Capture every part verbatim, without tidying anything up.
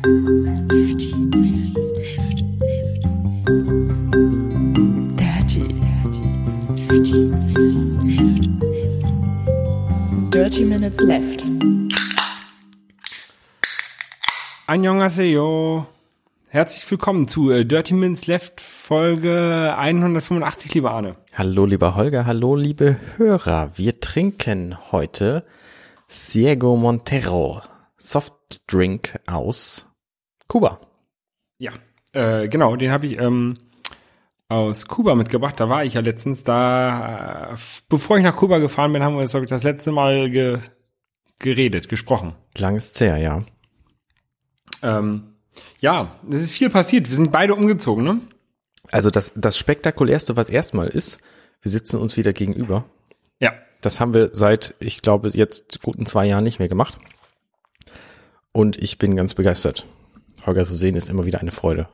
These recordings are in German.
Dirty Minutes Left. Dirty, dirty, dirty Minutes Left. Dirty Minutes Left. Annyeonghaseyo. Herzlich willkommen zu äh, Dirty Minutes Left Folge hundertfünfundachtzig, lieber Arne. Hallo, lieber Holger, hallo, liebe Hörer. Wir trinken heute Ciego Montero Softdrink aus Kuba. Ja, äh, genau, den habe ich ähm, aus Kuba mitgebracht. Da war ich ja letztens, da, äh, bevor ich nach Kuba gefahren bin, haben wir das, das letzte Mal ge- geredet, gesprochen. Lang ist's her, ja. Ähm, ja, es ist viel passiert. Wir sind beide umgezogen, ne? Also das, das Spektakulärste, was erstmal ist, wir sitzen uns wieder gegenüber. Ja. Das haben wir seit, ich glaube, jetzt guten zwei Jahren nicht mehr gemacht. Und ich bin ganz begeistert. Holger zu sehen ist immer wieder eine Freude.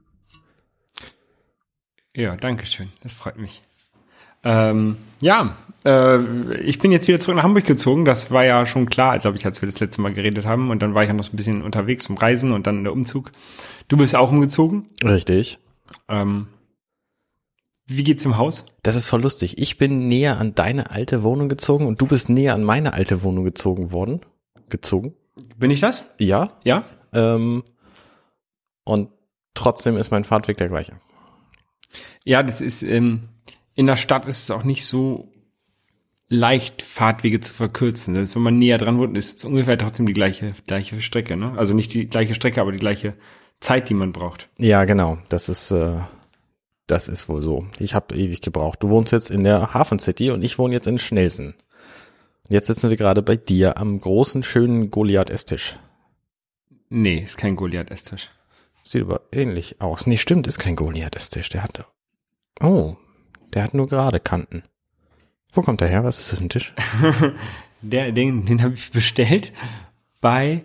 Ja, danke schön. Das freut mich. Ähm, ja, äh, ich bin jetzt wieder zurück nach Hamburg gezogen. Das war ja schon klar, glaube ich, als wir das letzte Mal geredet haben. Und dann war ich ja noch so ein bisschen unterwegs zum Reisen und dann der Umzug. Du bist auch umgezogen. Richtig. Ähm, wie geht's im Haus? Das ist voll lustig. Ich bin näher an deine alte Wohnung gezogen und du bist näher an meine alte Wohnung gezogen worden. Gezogen. Bin ich das? Ja. Ja? Ähm, und trotzdem ist mein Fahrtweg der gleiche. Ja, das ist, ähm, in der Stadt ist es auch nicht so leicht, Fahrtwege zu verkürzen. Das ist, wenn man näher dran wohnt, ist es ungefähr trotzdem die gleiche, gleiche Strecke, ne? Also nicht die gleiche Strecke, aber die gleiche Zeit, die man braucht. Ja, genau. Das ist, äh, das ist wohl so. Ich habe ewig gebraucht. Du wohnst jetzt in der Hafen City und ich wohne jetzt in Schnelsen. Und jetzt sitzen wir gerade bei dir am großen, schönen Goliath-Esstisch. Nee, ist kein Goliath-Esstisch. Sieht aber ähnlich aus. Nee, stimmt, ist kein Goliath-Esstisch. Der hat, oh, der hat nur gerade Kanten. Wo kommt der her? Was ist das für ein Tisch? der, den, den habe ich bestellt bei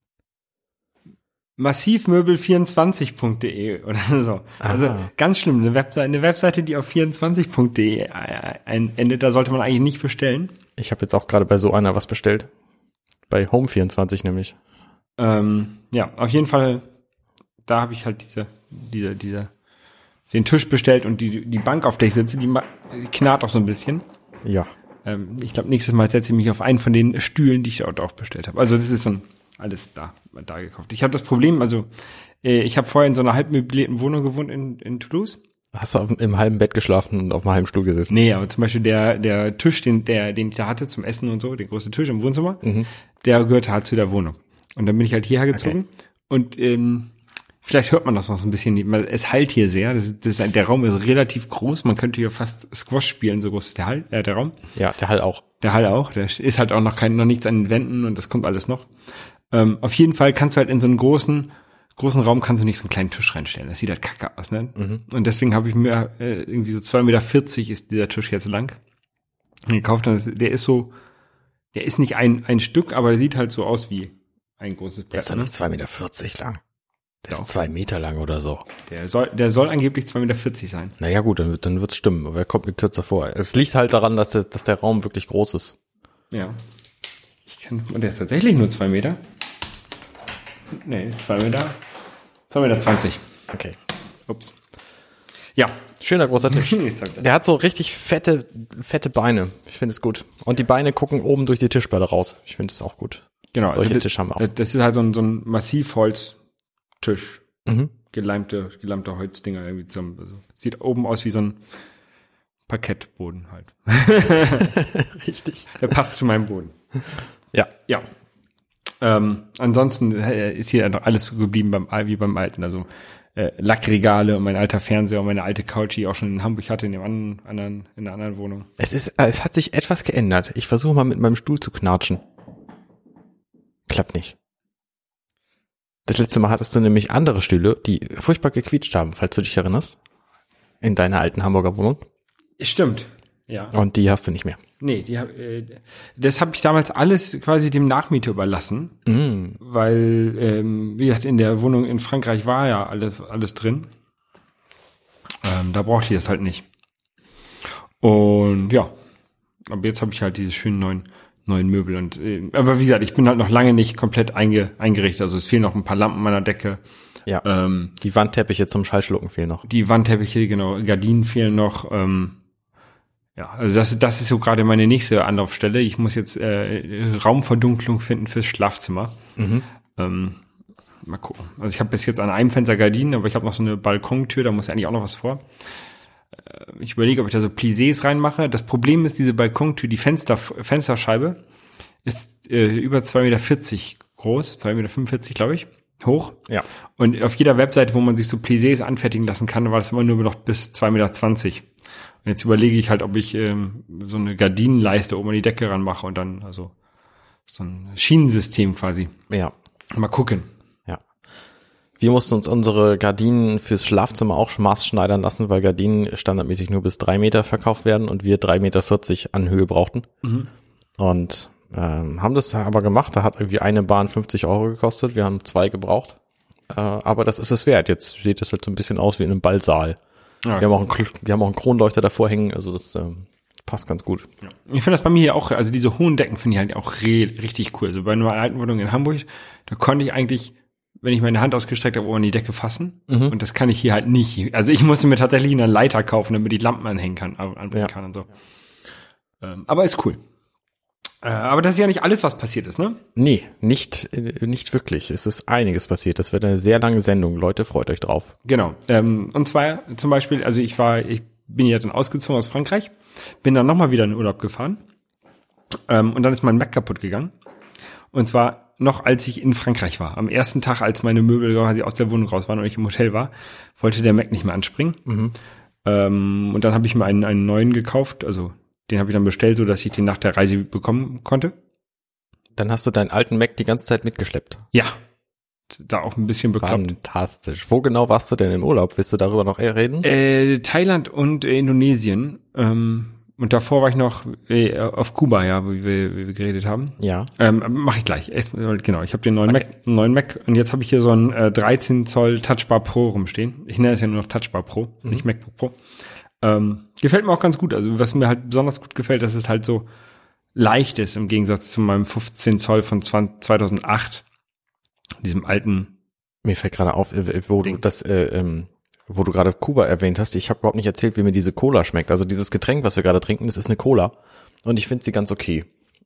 massivmöbel vierundzwanzig punkt de oder so. Also Aha. Ganz schlimm. Eine Webseite, eine Webseite, die auf vierundzwanzig punkt de endet, da sollte man eigentlich nicht bestellen. Ich habe jetzt auch gerade bei so einer was bestellt. Bei Home vierundzwanzig nämlich. Ähm, ja, auf jeden Fall, da habe ich halt diese, diese, diese, den Tisch bestellt und die, die Bank, auf der ich sitze, die, ma- die knarrt auch so ein bisschen. Ja. Ähm, ich glaube, nächstes Mal setze ich mich auf einen von den Stühlen, die ich dort auch bestellt habe. Also das ist so ein, alles da, da gekauft. Ich habe das Problem, also äh, ich habe vorher in so einer halb möblierten Wohnung gewohnt in, in Toulouse. Hast du auf, im halben Bett geschlafen und auf einem halben Stuhl gesessen? Nee, aber zum Beispiel der, der Tisch, den, der, den ich da hatte zum Essen und so, der große Tisch im Wohnzimmer, Mhm. der gehörte halt zu der Wohnung. Und dann bin ich halt hierher gezogen. Okay. Und ähm, vielleicht hört man das noch so ein bisschen. Es hallt hier sehr. Das, das ist, der Raum ist relativ groß. Man könnte hier fast Squash spielen, so groß ist der Hall, äh, der Raum. Ja, der Hall auch. Der Hall auch. Der ist halt auch noch kein, noch nichts an den Wänden und das kommt alles noch. Ähm, auf jeden Fall kannst du halt in so einen großen, großen Raum kannst du nicht so einen kleinen Tisch reinstellen. Das sieht halt kacke aus, ne? Mhm. Und deswegen habe ich mir äh, irgendwie so zwei Meter vierzig ist dieser Tisch jetzt lang gekauft. Und der ist so, der ist nicht ein, ein Stück, aber der sieht halt so aus wie ein großes Brett. Der ist doch ne? nicht zwei Meter vierzig lang. Der Ja, ist zwei Meter lang oder so. Der soll, der soll angeblich zwei Meter vierzig sein. Naja gut, dann, wird, dann wird's stimmen, aber er kommt mir kürzer vor. Es liegt halt daran, dass der, dass der Raum wirklich groß ist. Ja. Ich kann, und der ist tatsächlich nur zwei Meter. Nee, zwei Meter. zwei Meter zwanzig. Okay. Ups. Ja. Schöner großer Tisch. Der hat so richtig fette, fette Beine. Ich finde es gut. Und die Beine gucken oben durch die Tischplatte raus. Ich finde es auch gut. Genau. Solche das, Tisch haben wir auch. Das ist halt so ein, so ein Massivholztisch. Mhm. Geleimte, geleimte Holzdinger irgendwie zusammen. Also, sieht oben aus wie so ein Parkettboden halt. Richtig. Der passt zu meinem Boden. Ja. Ja. Ähm, ansonsten ist hier einfach alles so geblieben beim, wie beim Alten. Also äh, Lackregale und mein alter Fernseher und meine alte Couch, die ich auch schon in Hamburg hatte, in dem anderen, anderen in der anderen Wohnung. Es ist, es hat sich etwas geändert. Ich versuche mal mit meinem Stuhl zu knatschen. Klappt nicht. Das letzte Mal hattest du nämlich andere Stühle, die furchtbar gequietscht haben, falls du dich erinnerst. In deiner alten Hamburger Wohnung. Stimmt. Ja. Und die hast du nicht mehr. Nee, die hab, äh, das habe ich damals alles quasi dem Nachmieter überlassen, Mm. weil, ähm, wie gesagt, in der Wohnung in Frankreich war ja alles, alles drin. Ähm, da brauchte ich das halt nicht. Und ja, aber jetzt habe ich halt diese schönen neuen neuen Möbel. Und äh, aber wie gesagt, ich bin halt noch lange nicht komplett einge, eingerichtet. Also es fehlen noch ein paar Lampen meiner Decke. Ja. Ähm, Die Wandteppiche zum Schallschlucken fehlen noch. die Wandteppiche, genau, Gardinen fehlen noch. Ähm, ja, also das, das ist so gerade meine nächste Anlaufstelle. Ich muss jetzt äh, Raumverdunklung finden fürs Schlafzimmer. Mhm. Ähm, mal gucken. Also ich habe bis jetzt an einem Fenster Gardinen, aber ich habe noch so eine Balkontür, da muss eigentlich auch noch was vor. Äh, ich überlege, ob ich da so Plissés reinmache. Das Problem ist, diese Balkontür, die Fenster, Fensterscheibe ist äh, über zwei Meter vierzig groß, zwei Meter fünfundvierzig, glaube ich, hoch. Ja. Und auf jeder Webseite, wo man sich so Plissés anfertigen lassen kann, war das immer nur noch bis zwei Meter zwanzig. Und jetzt überlege ich halt, ob ich ähm, so eine Gardinenleiste oben an die Decke ranmache und dann also so ein Schienensystem quasi. Ja. Mal gucken. Ja. Wir mussten uns unsere Gardinen fürs Schlafzimmer auch maßschneidern lassen, weil Gardinen standardmäßig nur bis drei Meter verkauft werden und wir drei Meter vierzig an Höhe brauchten. Mhm. Und ähm, haben das aber gemacht. Da hat irgendwie eine Bahn fünfzig Euro gekostet. Wir haben zwei gebraucht. Äh, aber das ist es wert. Jetzt sieht es halt so ein bisschen aus wie in einem Ballsaal. Ja, wir, haben auch einen, wir haben auch einen Kronleuchter davor hängen. Also das ähm, passt ganz gut. Ja. Ich finde das bei mir hier auch, also diese hohen Decken finde ich halt auch re- richtig cool. Also bei einer alten Wohnung in Hamburg, da konnte ich eigentlich, wenn ich meine Hand ausgestreckt habe, oben an die Decke fassen. Mhm. Und das kann ich hier halt nicht. Also ich musste mir tatsächlich eine Leiter kaufen, damit ich Lampen anhängen kann, anbringen Ja. kann und so. Ähm, aber ist cool. Äh, aber das ist ja nicht alles, was passiert ist, ne? Nee, nicht, äh, nicht wirklich. Es ist einiges passiert. Das wird eine sehr lange Sendung. Leute, freut euch drauf. Genau. Ähm, und zwar zum Beispiel, also ich war, ich bin ja dann ausgezogen aus Frankreich, bin dann nochmal wieder in den Urlaub gefahren. Ähm, und dann ist mein Mac kaputt gegangen. Und zwar noch, als ich in Frankreich war. Am ersten Tag, als meine Möbel quasi aus der Wohnung raus waren und ich im Hotel war, wollte der Mac nicht mehr anspringen. Mhm. Ähm, und dann habe ich mir einen, einen neuen gekauft. Also den habe ich dann bestellt, so dass ich den nach der Reise bekommen konnte. Dann hast du deinen alten Mac die ganze Zeit mitgeschleppt. Ja. Da auch ein bisschen bekloppt. Fantastisch. Wo genau warst du denn im Urlaub? Willst du darüber noch eher reden? Äh, Thailand und äh, Indonesien. Ähm, und davor war ich noch äh, auf Kuba, ja, wo wir, wie wir geredet haben. Ja. Ähm, mache ich gleich. Erst, genau, ich habe den neuen Okay. Mac, einen neuen Mac und jetzt habe ich hier so einen äh, dreizehn Zoll Touchbar Pro rumstehen. Ich nenne es ja nur noch Touchbar Pro, Mhm. nicht MacBook Pro. Ähm, gefällt mir auch ganz gut. Also was mir halt besonders gut gefällt, dass es halt so leicht ist im Gegensatz zu meinem fünfzehn Zoll von zweitausendacht, diesem alten. Mir fällt gerade auf, äh, wo Ding. du das, äh, ähm, wo du gerade Kuba erwähnt hast. Ich habe überhaupt nicht erzählt, wie mir diese Cola schmeckt. Also dieses Getränk, was wir gerade trinken, das ist eine Cola. Und ich finde sie ganz okay.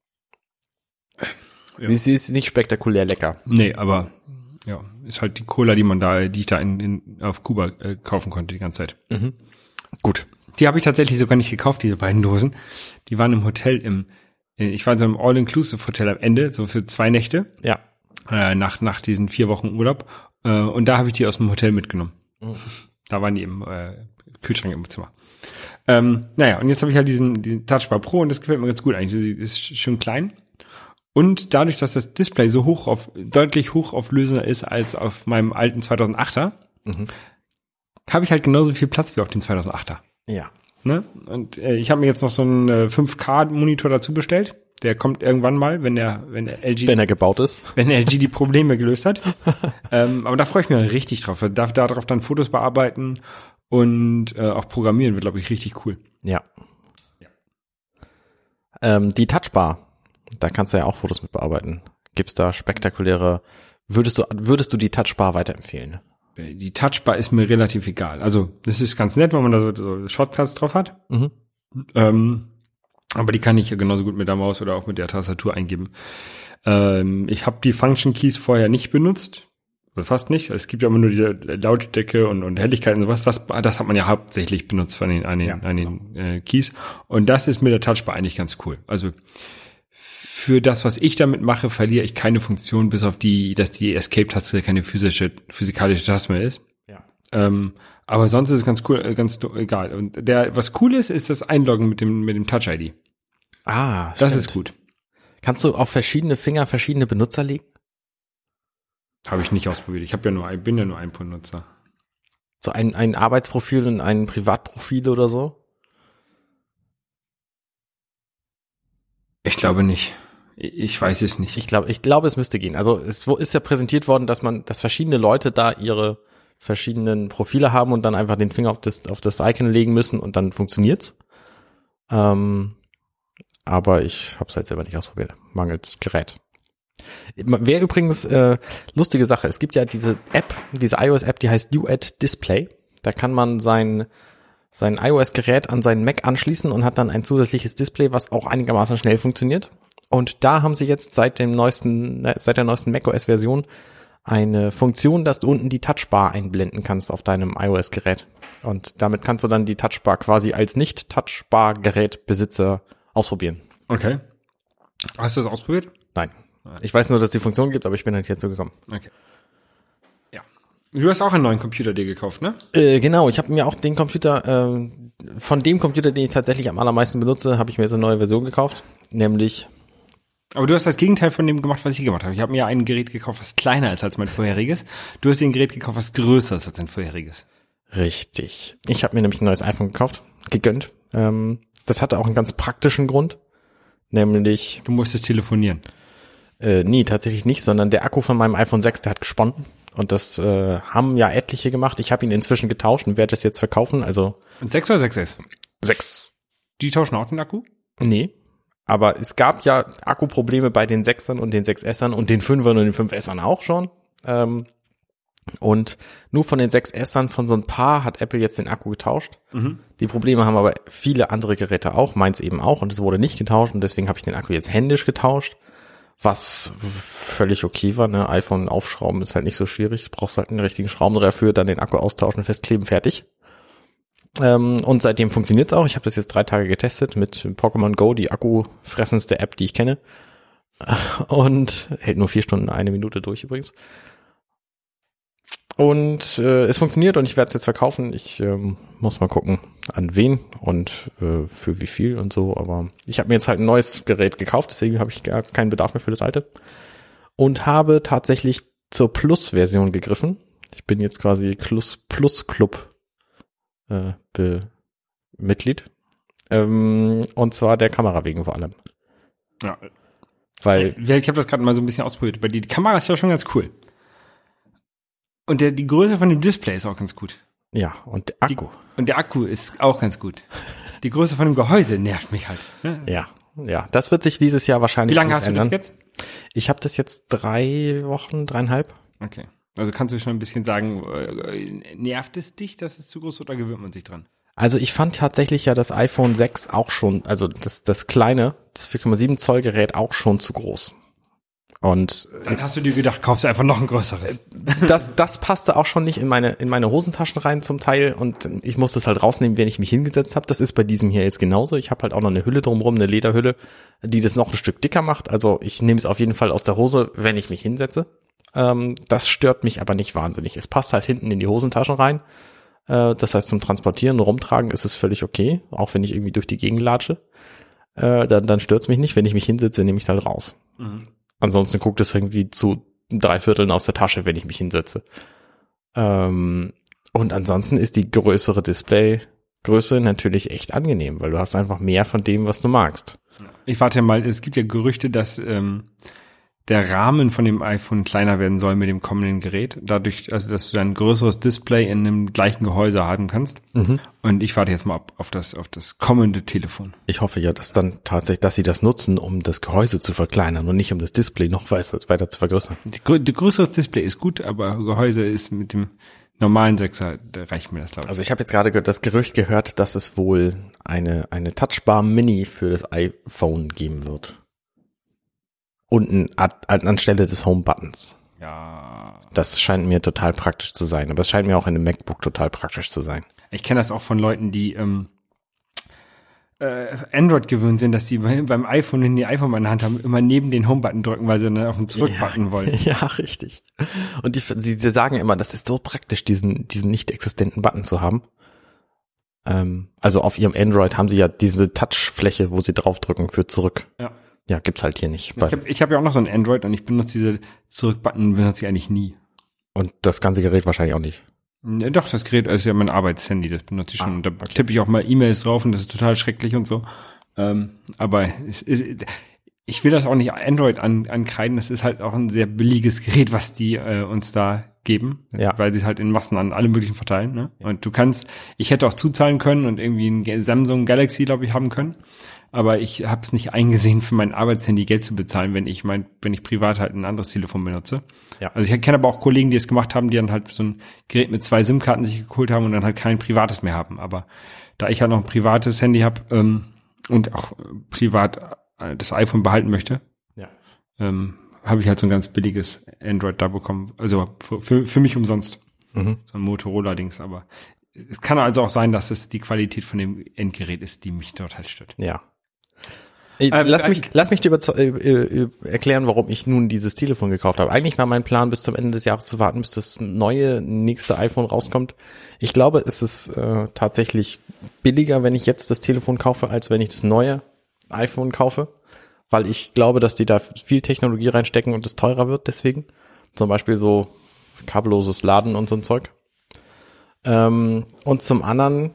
Ja. Sie, sie ist nicht spektakulär lecker. Nee, aber ja, ist halt die Cola, die man da, die ich da in, in auf Kuba äh, kaufen konnte die ganze Zeit. Mhm. Gut. Die habe ich tatsächlich sogar nicht gekauft, diese beiden Dosen. Die waren im Hotel im, ich war in so einem All-Inclusive-Hotel am Ende, so für zwei Nächte, Ja. äh, nach nach diesen vier Wochen Urlaub. Äh, und da habe ich die aus dem Hotel mitgenommen. Mhm. Da waren die im äh, Kühlschrank im Zimmer. Ähm, naja, und jetzt habe ich halt diesen, diesen Touchbar Pro und das gefällt mir ganz gut eigentlich. Sie ist schön klein. Und dadurch, dass das Display so hoch auf, deutlich hochauflösender ist als auf meinem alten zweitausendachter, Mhm. habe ich halt genauso viel Platz wie auf den zweitausendachter. Ja. Ne? Und äh, ich habe mir jetzt noch so einen äh, fünf K Monitor dazu bestellt. Der kommt irgendwann mal, wenn der, wenn der L G, Wenn er gebaut ist. wenn der L G die Probleme gelöst hat. ähm, aber da freue ich mich richtig drauf. Ich darf darauf dann Fotos bearbeiten und äh, auch programmieren wird, glaube ich, richtig cool. Ja. Ja. Ähm, die Touchbar, da kannst du ja auch Fotos mit bearbeiten. Gibt's da spektakuläre, würdest du, würdest du die Touchbar weiterempfehlen? Die Touchbar ist mir relativ egal. Also das ist ganz nett, wenn man da so, so Shortcuts drauf hat. Mhm. Ähm, aber die kann ich ja genauso gut mit der Maus oder auch mit der Tastatur eingeben. Ähm, ich habe die Function Keys vorher nicht benutzt. Oder fast nicht. Es gibt ja immer nur diese Lautstärke und, und Helligkeit und sowas. Das, das hat man ja hauptsächlich benutzt von den, an den, Ja, an den äh, Keys. Und das ist mit der Touchbar eigentlich ganz cool. Also für das, was ich damit mache, verliere ich keine Funktion, bis auf die, dass die Escape-Taste keine physische, physikalische Taste mehr ist. Ja. Ähm, aber sonst ist es ganz cool, äh, ganz do- egal. Und der, was cool ist, ist das Einloggen mit dem, mit dem Touch-I D. Ah, Das stimmt. ist gut. Kannst du auf verschiedene Finger verschiedene Benutzer legen? Habe ich nicht ausprobiert. Ich habe ja nur, ein- bin ja nur ein Benutzer. So ein, ein Arbeitsprofil und ein Privatprofil oder so? Ich glaube nicht. Ich, ich weiß es nicht. Ich glaube, ich glaube, es müsste gehen. Also es wo- ist ja präsentiert worden, dass man, dass verschiedene Leute da ihre verschiedenen Profile haben und dann einfach den Finger auf das, auf das Icon legen müssen und dann funktioniert's. Ähm, aber ich habe es halt selber nicht ausprobiert, mangels Gerät. Wäre übrigens äh, lustige Sache, es gibt ja diese App, diese iOS-App, die heißt Duet Display. Da kann man sein sein iOS-Gerät an seinen Mac anschließen und hat dann ein zusätzliches Display, was auch einigermaßen schnell funktioniert. Und da haben sie jetzt seit dem neuesten, seit der neuesten macOS-Version eine Funktion, dass du unten die Touchbar einblenden kannst auf deinem iOS-Gerät. Und damit kannst du dann die Touchbar quasi als Nicht-Touchbar-Gerätbesitzer ausprobieren. Okay. Hast du das ausprobiert? Nein. Ich weiß nur, dass es die Funktion gibt, aber ich bin halt hierzu gekommen. Okay. Ja. Du hast auch einen neuen Computer dir gekauft, ne? Äh, genau, ich habe mir auch den Computer, äh, von dem Computer, den ich tatsächlich am allermeisten benutze, habe ich mir jetzt eine neue Version gekauft, nämlich... Aber du hast das Gegenteil von dem gemacht, was ich gemacht habe. Ich habe mir ein Gerät gekauft, was kleiner ist als mein vorheriges. Du hast dir ein Gerät gekauft, was größer ist als dein vorheriges. Richtig. Ich habe mir nämlich ein neues iPhone gekauft, gegönnt. Ähm, das hatte auch einen ganz praktischen Grund, nämlich... Du musstest telefonieren. Äh, nee, tatsächlich nicht, sondern der Akku von meinem iPhone sechs, der hat gesponnen. Und das äh, haben ja etliche gemacht. Ich habe ihn inzwischen getauscht und werde es jetzt verkaufen. Also sechs oder sechs S? sechs. Die tauschen auch den Akku? Nee. Aber es gab ja Akkuprobleme bei den Sechsern und den sechs Essern und den Fünfern und den fünf Essern auch schon. Ähm, und nur von den sechs Essern, von so ein paar, hat Apple jetzt den Akku getauscht. Mhm. Die Probleme haben aber viele andere Geräte auch, meins eben auch. Und es wurde nicht getauscht und deswegen habe ich den Akku jetzt händisch getauscht. Was völlig okay war, ne? iPhone aufschrauben ist halt nicht so schwierig. Du brauchst halt einen richtigen Schraubendreher für, dann den Akku austauschen, festkleben, fertig. Ähm, und seitdem funktioniert's auch. Ich habe das jetzt drei Tage getestet mit Pokémon Go, die akkufressendste App, die ich kenne. Und hält nur vier Stunden, eine Minute durch übrigens. Und äh, es funktioniert und ich werde es jetzt verkaufen. Ich ähm, muss mal gucken, an wen und äh, für wie viel und so. Aber ich habe mir jetzt halt ein neues Gerät gekauft, deswegen habe ich gar keinen Bedarf mehr für das alte. Und habe tatsächlich zur Plus-Version gegriffen. Ich bin jetzt quasi Plus, Plus Club äh, Be- Mitglied. Ähm, und zwar der Kamera wegen vor allem. Ja. Weil ich habe das gerade mal so ein bisschen ausprobiert. Bei dir, die Kamera ist ja schon ganz cool. Und der, die Größe von dem Display ist auch ganz gut. Ja, und der Akku. Die, und der Akku ist auch ganz gut. Die Größe von dem Gehäuse nervt mich halt. Ne? Ja, ja, das wird sich dieses Jahr wahrscheinlich Wie lange hast ändern. du das jetzt? Ich habe das jetzt drei Wochen, dreieinhalb. Okay. Also kannst du schon ein bisschen sagen, äh, nervt es dich, dass es zu groß ist, oder gewöhnt man sich dran? Also ich fand tatsächlich ja das iPhone sechs auch schon, also das, das kleine, das vier Komma sieben Zoll Gerät auch schon zu groß. Und dann hast du dir gedacht, kaufst du einfach noch ein größeres. Das, das passte auch schon nicht in meine, in meine Hosentaschen rein zum Teil und ich musste es halt rausnehmen, wenn ich mich hingesetzt habe. Das ist bei diesem hier jetzt genauso. Ich habe halt auch noch eine Hülle drumherum, eine Lederhülle, die das noch ein Stück dicker macht. Also ich nehme es auf jeden Fall aus der Hose, wenn ich mich hinsetze. Ähm, das stört mich aber nicht wahnsinnig. Es passt halt hinten in die Hosentaschen rein. Äh, das heißt, zum Transportieren und Rumtragen ist es völlig okay, auch wenn ich irgendwie durch die Gegend latsche. Äh, dann dann stört es mich nicht. Wenn ich mich hinsetze, nehme ich es halt raus. Mhm. Ansonsten guckt es irgendwie zu drei Vierteln aus der Tasche, wenn ich mich hinsetze. Ähm, und ansonsten ist die größere Displaygröße natürlich echt angenehm, weil du hast einfach mehr von dem, was du magst. Ich warte mal, es gibt ja Gerüchte, dass ähm, der Rahmen von dem iPhone kleiner werden soll mit dem kommenden Gerät. Dadurch, also dass du dann ein größeres Display in einem gleichen Gehäuse haben kannst. Mhm. Und ich warte jetzt mal ab auf das, auf das kommende Telefon. Ich hoffe ja, dass dann tatsächlich, dass sie das nutzen, um das Gehäuse zu verkleinern und nicht um das Display noch weiter zu vergrößern. Die, die größere Display ist gut, aber Gehäuse ist mit dem normalen Sechser, da reicht mir das, glaube ich. Also ich habe jetzt gerade das Gerücht gehört, dass es wohl eine, eine Touchbar Mini für das iPhone geben wird. Unten an, anstelle des Home-Buttons. Ja. Das scheint mir total praktisch zu sein. Aber es scheint mir auch in einem MacBook total praktisch zu sein. Ich kenne das auch von Leuten, die ähm, äh, Android gewöhnt sind, dass die beim iPhone, wenn die iPhone in der Hand haben, immer neben den Home-Button drücken, weil sie dann auf den Zurück-Button ja, wollen. Ja, richtig. Und die, sie, sie sagen immer, das ist so praktisch, diesen, diesen nicht existenten Button zu haben. Ähm, also auf ihrem Android haben sie ja diese Touchfläche, wo sie draufdrücken für zurück. Ja. Ja, gibt's halt hier nicht. Ich habe ich hab ja auch noch so ein Android und ich benutze diese Zurück-Button, benutze ich eigentlich nie. Und das ganze Gerät wahrscheinlich auch nicht. Ja, doch, das Gerät ist ja mein Arbeitshandy, das benutze ich schon. Ah, da okay. tippe ich auch mal E-Mails drauf und das ist total schrecklich und so. Ähm, aber es, es, ich will das auch nicht Android an, ankreiden, das ist halt auch ein sehr billiges Gerät, was die äh, uns da geben, ja. Weil sie halt in Massen an alle möglichen verteilen. Ne? Ja. Und du kannst, ich hätte auch zuzahlen können und irgendwie ein Samsung Galaxy, glaube ich, haben können. aber ich habe es nicht eingesehen, für mein Arbeitshandy Geld zu bezahlen, wenn ich mein, wenn ich privat halt ein anderes Telefon benutze. Ja. Also ich kenne aber auch Kollegen, die es gemacht haben, die dann halt so ein Gerät mit zwei SIM-Karten sich geholt haben und dann halt kein privates mehr haben. Aber da ich halt noch ein privates Handy habe ähm, und auch privat das iPhone behalten möchte, Ja. ähm, habe ich halt so ein ganz billiges Android da bekommen. Also für, für, für mich umsonst. Mhm. So ein Motorola-Dings, aber es kann also auch sein, dass es die Qualität von dem Endgerät ist, die mich dort halt stört. Ja. Ey, Ähm, lass äh, mich, lass mich dir überze- äh, äh, erklären, warum ich nun dieses Telefon gekauft habe. Eigentlich war mein Plan, bis zum Ende des Jahres zu warten, bis das neue, nächste iPhone rauskommt. Ich glaube, es ist äh, tatsächlich billiger, wenn ich jetzt das Telefon kaufe, als wenn ich das neue iPhone kaufe. Weil ich glaube, dass die da viel Technologie reinstecken und es teurer wird deswegen. Zum Beispiel so kabelloses Laden und so ein Zeug. Ähm, und zum anderen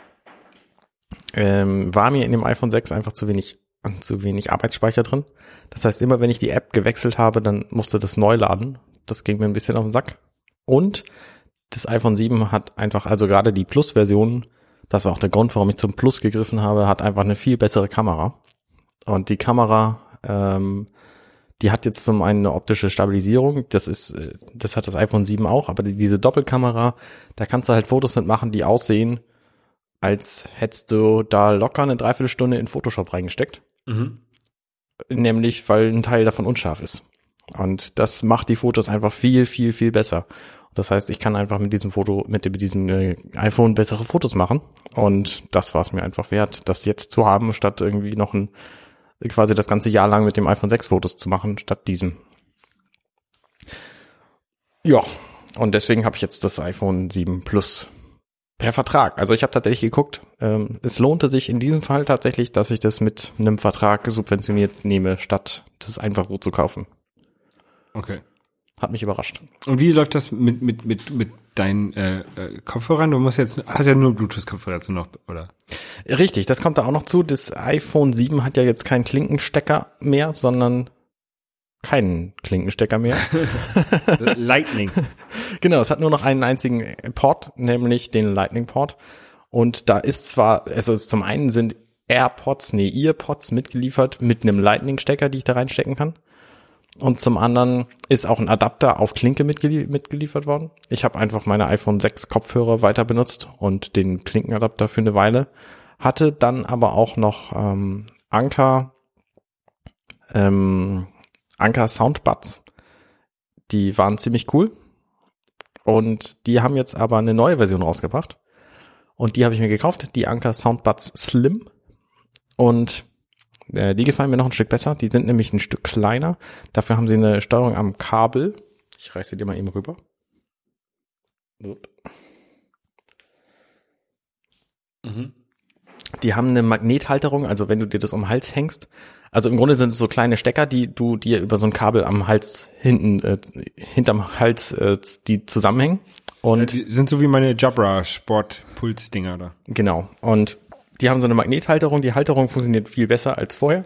ähm, war mir in dem iPhone sechs einfach zu wenig zu wenig Arbeitsspeicher drin. Das heißt, immer wenn ich die App gewechselt habe, dann musste das neu laden. Das ging mir ein bisschen auf den Sack. Und das iPhone sieben hat einfach, also gerade die Plus-Version, das war auch der Grund, warum ich zum Plus gegriffen habe, hat einfach eine viel bessere Kamera. Und die Kamera, ähm, die hat jetzt zum einen eine optische Stabilisierung. Das ist, das hat das iPhone sieben auch, aber die, diese Doppelkamera, da kannst du halt Fotos mitmachen, die aussehen, als hättest du da locker eine Dreiviertelstunde in Photoshop reingesteckt. Mhm. Nämlich, weil ein Teil davon unscharf ist. Und das macht die Fotos einfach viel, viel, viel besser. Das heißt, ich kann einfach mit diesem Foto, mit diesem äh, iPhone bessere Fotos machen. Und das war es mir einfach wert, das jetzt zu haben, statt irgendwie noch ein, quasi das ganze Jahr lang mit dem iPhone sechs Fotos zu machen, statt diesem. Ja, und deswegen habe ich jetzt das iPhone sieben Plus per Vertrag. Also ich habe tatsächlich geguckt, ähm, es lohnte sich in diesem Fall tatsächlich, dass ich das mit einem Vertrag subventioniert nehme, statt das einfach so zu kaufen. Okay. Hat mich überrascht. Und wie läuft das mit mit mit mit deinen äh, äh, Kopfhörern? Du musst jetzt hast ja nur Bluetooth-Kopfhörer dazu noch, oder? Richtig, das kommt da auch noch zu. Das iPhone sieben hat ja jetzt keinen Klinkenstecker mehr, sondern keinen Klinkenstecker mehr. Lightning. Genau, es hat nur noch einen einzigen Port, nämlich den Lightning-Port. Und da ist zwar, also zum einen sind AirPods, nee, EarPods mitgeliefert mit einem Lightning-Stecker, die ich da reinstecken kann. Und zum anderen ist auch ein Adapter auf Klinke mitgelie- mitgeliefert worden. Ich habe einfach meine iPhone sechs Kopfhörer weiter benutzt und den Klinkenadapter für eine Weile. Hatte dann aber auch noch ähm, Anker, ähm, Anker Soundbuds. Die waren ziemlich cool. Und die haben jetzt aber eine neue Version rausgebracht. Und die habe ich mir gekauft, die Anker Soundbuds Slim. Und äh, die gefallen mir noch ein Stück besser. Die sind nämlich ein Stück kleiner. Dafür haben sie eine Steuerung am Kabel. Ich reiße dir mal eben rüber. Mhm. Die haben eine Magnethalterung, also wenn du dir das um den Hals hängst. Also im Grunde sind es so kleine Stecker, die du dir über so ein Kabel am Hals hinten, äh, hinterm Hals, äh, die zusammenhängen. Und Die sind so wie meine Jabra Sport-Puls-Dinger da. genau. Und die haben so eine Magnethalterung. Die Halterung funktioniert viel besser als vorher.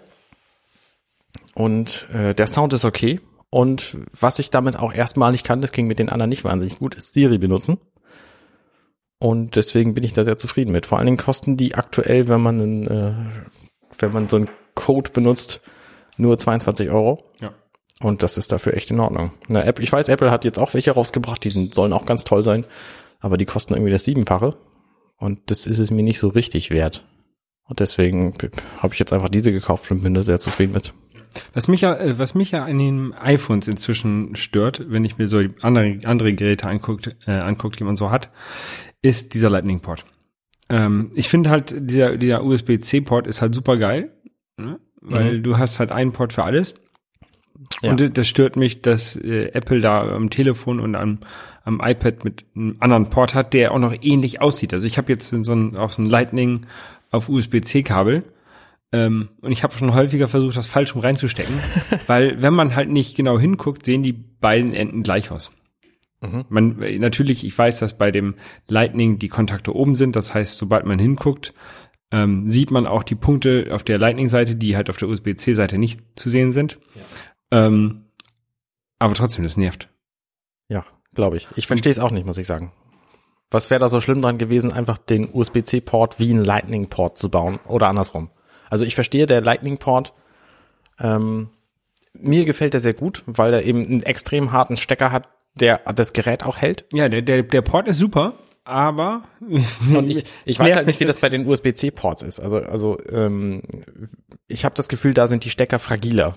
Und äh, der Sound ist okay. Und was ich damit auch erstmalig kann, das ging mit den anderen nicht wahnsinnig gut, ist Siri benutzen. Und deswegen bin ich da sehr zufrieden mit. Vor allen Dingen kosten die aktuell, wenn man einen, äh, wenn man so einen Code benutzt, nur zweiundzwanzig Euro. Ja. Und das ist dafür echt in Ordnung. Na, Apple, ich weiß, Apple hat jetzt auch welche rausgebracht, die sind, sollen auch ganz toll sein, aber die kosten irgendwie das Siebenfache. Und das ist es mir nicht so richtig wert. Und deswegen habe ich jetzt einfach diese gekauft und bin da sehr zufrieden mit. Was mich ja, äh, was mich ja an den iPhones inzwischen stört, wenn ich mir so andere, andere Geräte anguckt, äh, anguckt, die man so hat, ist dieser Lightning-Port. Ähm, ich finde halt, dieser, dieser U S B C-Port ist halt super geil, ne? Weil Mhm. du hast halt einen Port für alles. Ja. Und das stört mich, dass äh, Apple da am Telefon und am, am iPad mit einem anderen Port hat, der auch noch ähnlich aussieht. Also ich habe jetzt so ein, auf so ein Lightning auf U S B C-Kabel ähm, und ich habe schon häufiger versucht, das falsch rum reinzustecken, weil wenn man halt nicht genau hinguckt, sehen die beiden Enden gleich aus. Mhm. Man natürlich, ich weiß, dass bei dem Lightning die Kontakte oben sind. Das heißt, sobald man hinguckt, ähm, sieht man auch die Punkte auf der Lightning-Seite, die halt auf der U S B C-Seite nicht zu sehen sind. Ja. Ähm, aber trotzdem, das nervt. Ja, glaube ich. Ich verstehe es auch nicht, muss ich sagen. Was wäre da so schlimm dran gewesen, einfach den U S B C-Port wie einen Lightning-Port zu bauen oder andersrum? Also ich verstehe, der Lightning-Port, ähm, mir gefällt der sehr gut, weil er eben einen extrem harten Stecker hat, der das Gerät auch hält. Ja, der, der, der Port ist super, aber und ich, ich weiß halt nicht, wie das bei den U S B C Ports ist. Also, also ähm, ich habe das Gefühl, da sind die Stecker fragiler.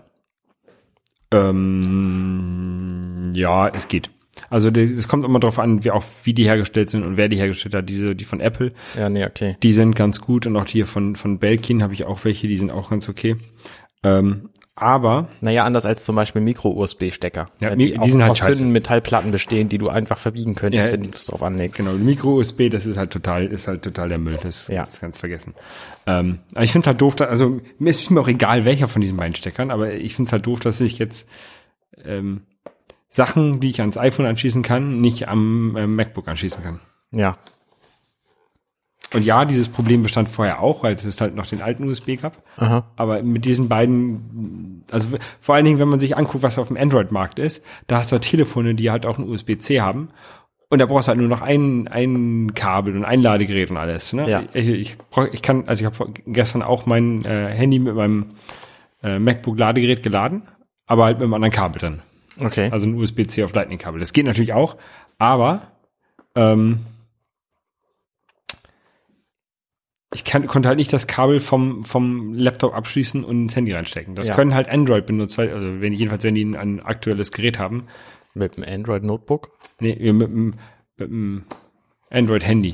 Ähm, ja, es geht. Also es kommt immer darauf an, wie auch wie die hergestellt sind und wer die hergestellt hat. Diese, die von Apple, ja, nee, okay, die sind ganz gut und auch die hier von von Belkin habe ich auch welche, die sind auch ganz okay. Ähm, aber naja, anders als zum Beispiel Micro-U S B-Stecker, ja, die, die aus, sind halt aus scheiße. dünnen Metallplatten bestehen, die du einfach verbiegen könntest, Ja, wenn du es drauf anlegst. Genau, Micro-U S B, das ist halt total, ist halt total der Müll, das, Ja. das kannst vergessen. Ähm, aber ich finde es halt doof, da, also mir ist es mir auch egal, welcher von diesen beiden Steckern, aber ich finde es halt doof, dass ich jetzt ähm, Sachen, die ich ans iPhone anschließen kann, nicht am äh, MacBook anschließen kann. Ja. Und ja, dieses Problem bestand vorher auch, weil es halt noch den alten U S B gab. Aha. Aber mit diesen beiden, also vor allen Dingen, wenn man sich anguckt, was auf dem Android-Markt ist, da hast du halt Telefone, die halt auch ein U S B C haben. Und da brauchst du halt nur noch ein, ein Kabel und ein Ladegerät und alles. Ne? Ja. Ich, ich, brauch, ich kann, also ich habe gestern auch mein äh, Handy mit meinem äh, MacBook-Ladegerät geladen, aber halt mit einem anderen Kabel drin. Okay. Also ein U S B C auf Lightning-Kabel. Das geht natürlich auch, aber ähm, ich kann, konnte halt nicht das Kabel vom vom Laptop abschließen und ins Handy reinstecken. Das Ja. können halt Android-Benutzer, also wenn jedenfalls wenn die ein, ein aktuelles Gerät haben. Mit dem Android-Notebook? Nee, mit dem, mit dem Android-Handy.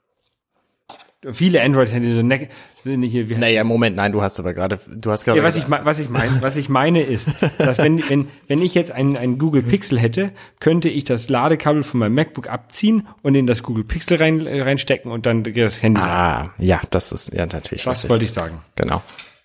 Viele Android-Handys sind, ne, sind hier. Wie Naja, Moment, nein, du hast aber gerade, du hast gerade. ja, was ich me- was ich meine, was ich meine ist, dass wenn wenn wenn ich jetzt einen einen Google Pixel hätte, könnte ich das Ladekabel von meinem MacBook abziehen und in das Google Pixel rein äh, reinstecken und dann geht das Handy. Ah, ja, das ist ja natürlich. Das richtig. wollte ich sagen. Genau.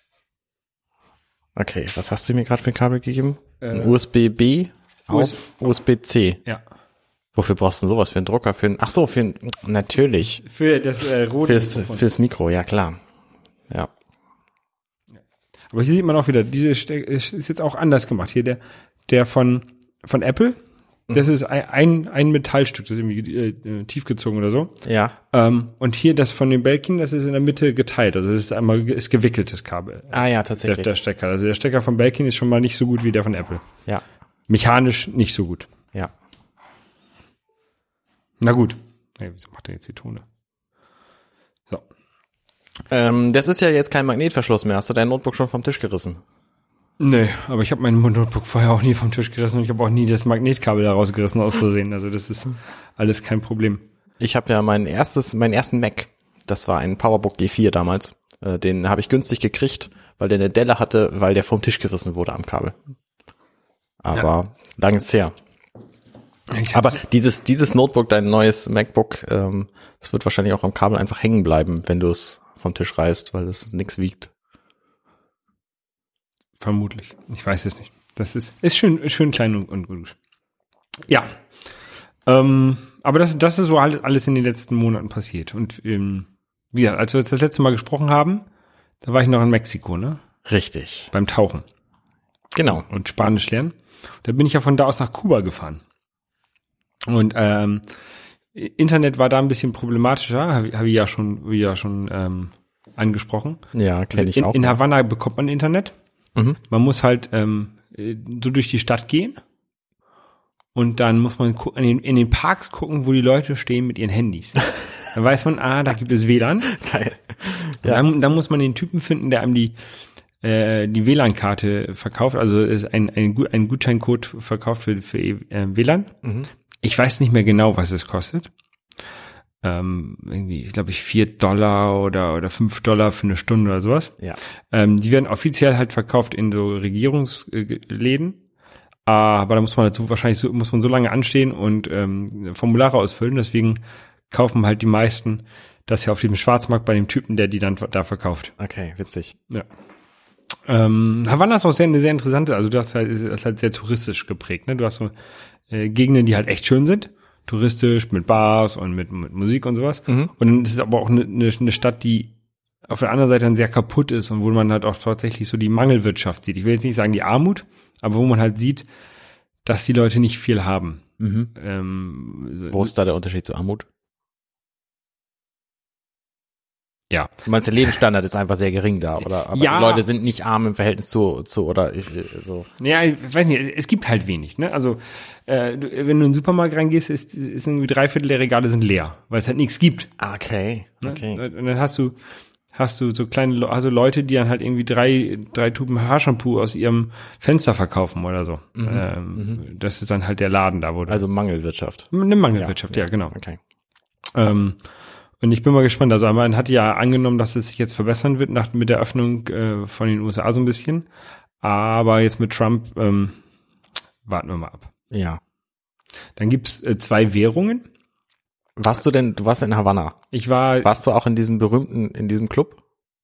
Okay, was hast du mir gerade für ein Kabel gegeben? Ein Äh, U S B B US- auf U S B C. Ja. Wofür brauchst du denn sowas? Für einen Drucker? Für einen, ach so, für einen, natürlich. Für das äh, rote Fürs, Mikrofon. fürs Mikro, ja klar. Ja. Aber hier sieht man auch wieder, diese Ste- ist jetzt auch anders gemacht. Hier der der von von Apple, das ist ein ein, ein Metallstück, das ist irgendwie äh, tiefgezogen oder so. Ja. Ähm, und hier das von den Belkin, das ist in der Mitte geteilt. Also das ist einmal ist gewickeltes Kabel. Ah ja, Der, tatsächlich. der Stecker. Also der Stecker von Belkin ist schon mal nicht so gut wie der von Apple. Ja. Mechanisch nicht so gut. Ja. Na gut. Hey, wieso macht er jetzt die Tone? So. Ähm, das ist ja jetzt kein Magnetverschluss mehr. Hast du dein Notebook schon vom Tisch gerissen? Nee, aber ich habe mein Notebook vorher auch nie vom Tisch gerissen und ich habe auch nie das Magnetkabel da rausgerissen aus Versehen. Also das ist alles kein Problem. Ich habe ja mein erstes, meinen ersten Mac. Das war ein PowerBook G vier damals. Äh, den habe ich günstig gekriegt, weil der eine Delle hatte, weil der vom Tisch gerissen wurde am Kabel. Aber Ja. lang ist her. Aber dieses dieses Notebook, dein neues MacBook, ähm, das wird wahrscheinlich auch am Kabel einfach hängen bleiben, wenn du es vom Tisch reißt, weil es nichts wiegt. Vermutlich. Ich weiß es nicht. Das ist, ist schön, ist schön klein und, und gut. Ja. Ähm, aber das, das ist so alles, alles in den letzten Monaten passiert. Und ähm, wie gesagt, als wir das letzte Mal gesprochen haben, da war ich noch in Mexiko, ne? Richtig. Beim Tauchen Genau. und Spanisch lernen. Da bin ich ja von da aus nach Kuba gefahren. Und ähm, Internet war da ein bisschen problematischer, habe hab ich ja schon, wie ja schon ähm, angesprochen. Ja, kenne ich in, auch. in Havanna bekommt man Internet. Mhm. Man muss halt ähm, so durch die Stadt gehen und dann muss man gu- in den, in den Parks gucken, wo die Leute stehen mit ihren Handys. Dann weiß man, ah, da gibt es W L A N. Geil. Ja. Dann, dann muss man den Typen finden, der einem die äh, die W L A N-Karte verkauft, also ist ein ein, Gu- ein Gutscheincode verkauft für für äh, W L A N. Mhm. Ich weiß nicht mehr genau, was es kostet. Ähm, irgendwie, ich glaube ich, vier Dollar oder oder fünf Dollar für eine Stunde oder sowas. Ja. Ähm, die werden offiziell halt verkauft in so Regierungsläden. Aber da muss man dazu wahrscheinlich so, muss man so lange anstehen und ähm, Formulare ausfüllen. Deswegen kaufen halt die meisten das ja auf dem Schwarzmarkt bei dem Typen, der die dann da verkauft. Okay, witzig. Ja. Ähm, Havanna ist auch sehr, eine sehr interessante, also du hast halt, ist halt sehr touristisch geprägt, ne? Du hast so äh, Gegenden, die halt echt schön sind, touristisch, mit Bars und mit, mit Musik und sowas. Mhm. Und dann ist es aber auch eine, eine, eine Stadt, die auf der anderen Seite dann sehr kaputt ist und wo man halt auch tatsächlich so die Mangelwirtschaft sieht. Ich will jetzt nicht sagen die Armut, aber wo man halt sieht, dass die Leute nicht viel haben. Mhm. Ähm, so- Wo ist da der Unterschied zu Armut? Ja. Du meinst, der Lebensstandard ist einfach sehr gering da, oder? Aber Ja. die Leute sind nicht arm im Verhältnis zu, zu oder ich, so. Ja, ich weiß nicht, es gibt halt wenig, ne? Also, äh, du, wenn du in den Supermarkt reingehst, ist, ist irgendwie drei Viertel der Regale sind leer, weil es halt nichts gibt. Okay, Ne? okay. Und dann hast du, hast du so kleine, Le- also Leute, die dann halt irgendwie drei, drei Tuben Haarshampoo aus ihrem Fenster verkaufen oder so. ähm, Das ist dann halt der Laden da, wo du, Also Mangelwirtschaft. eine Mangelwirtschaft, ja, genau. Okay. Ähm, und ich bin mal gespannt. Also man hat ja angenommen, dass es sich jetzt verbessern wird nach, mit der Öffnung äh, von den U S A so ein bisschen. Aber jetzt mit Trump ähm, warten wir mal ab. Ja. Dann gibt's äh, zwei Währungen. Warst du denn, du warst in Havanna. Ich war Warst du auch in diesem berühmten, in diesem Club?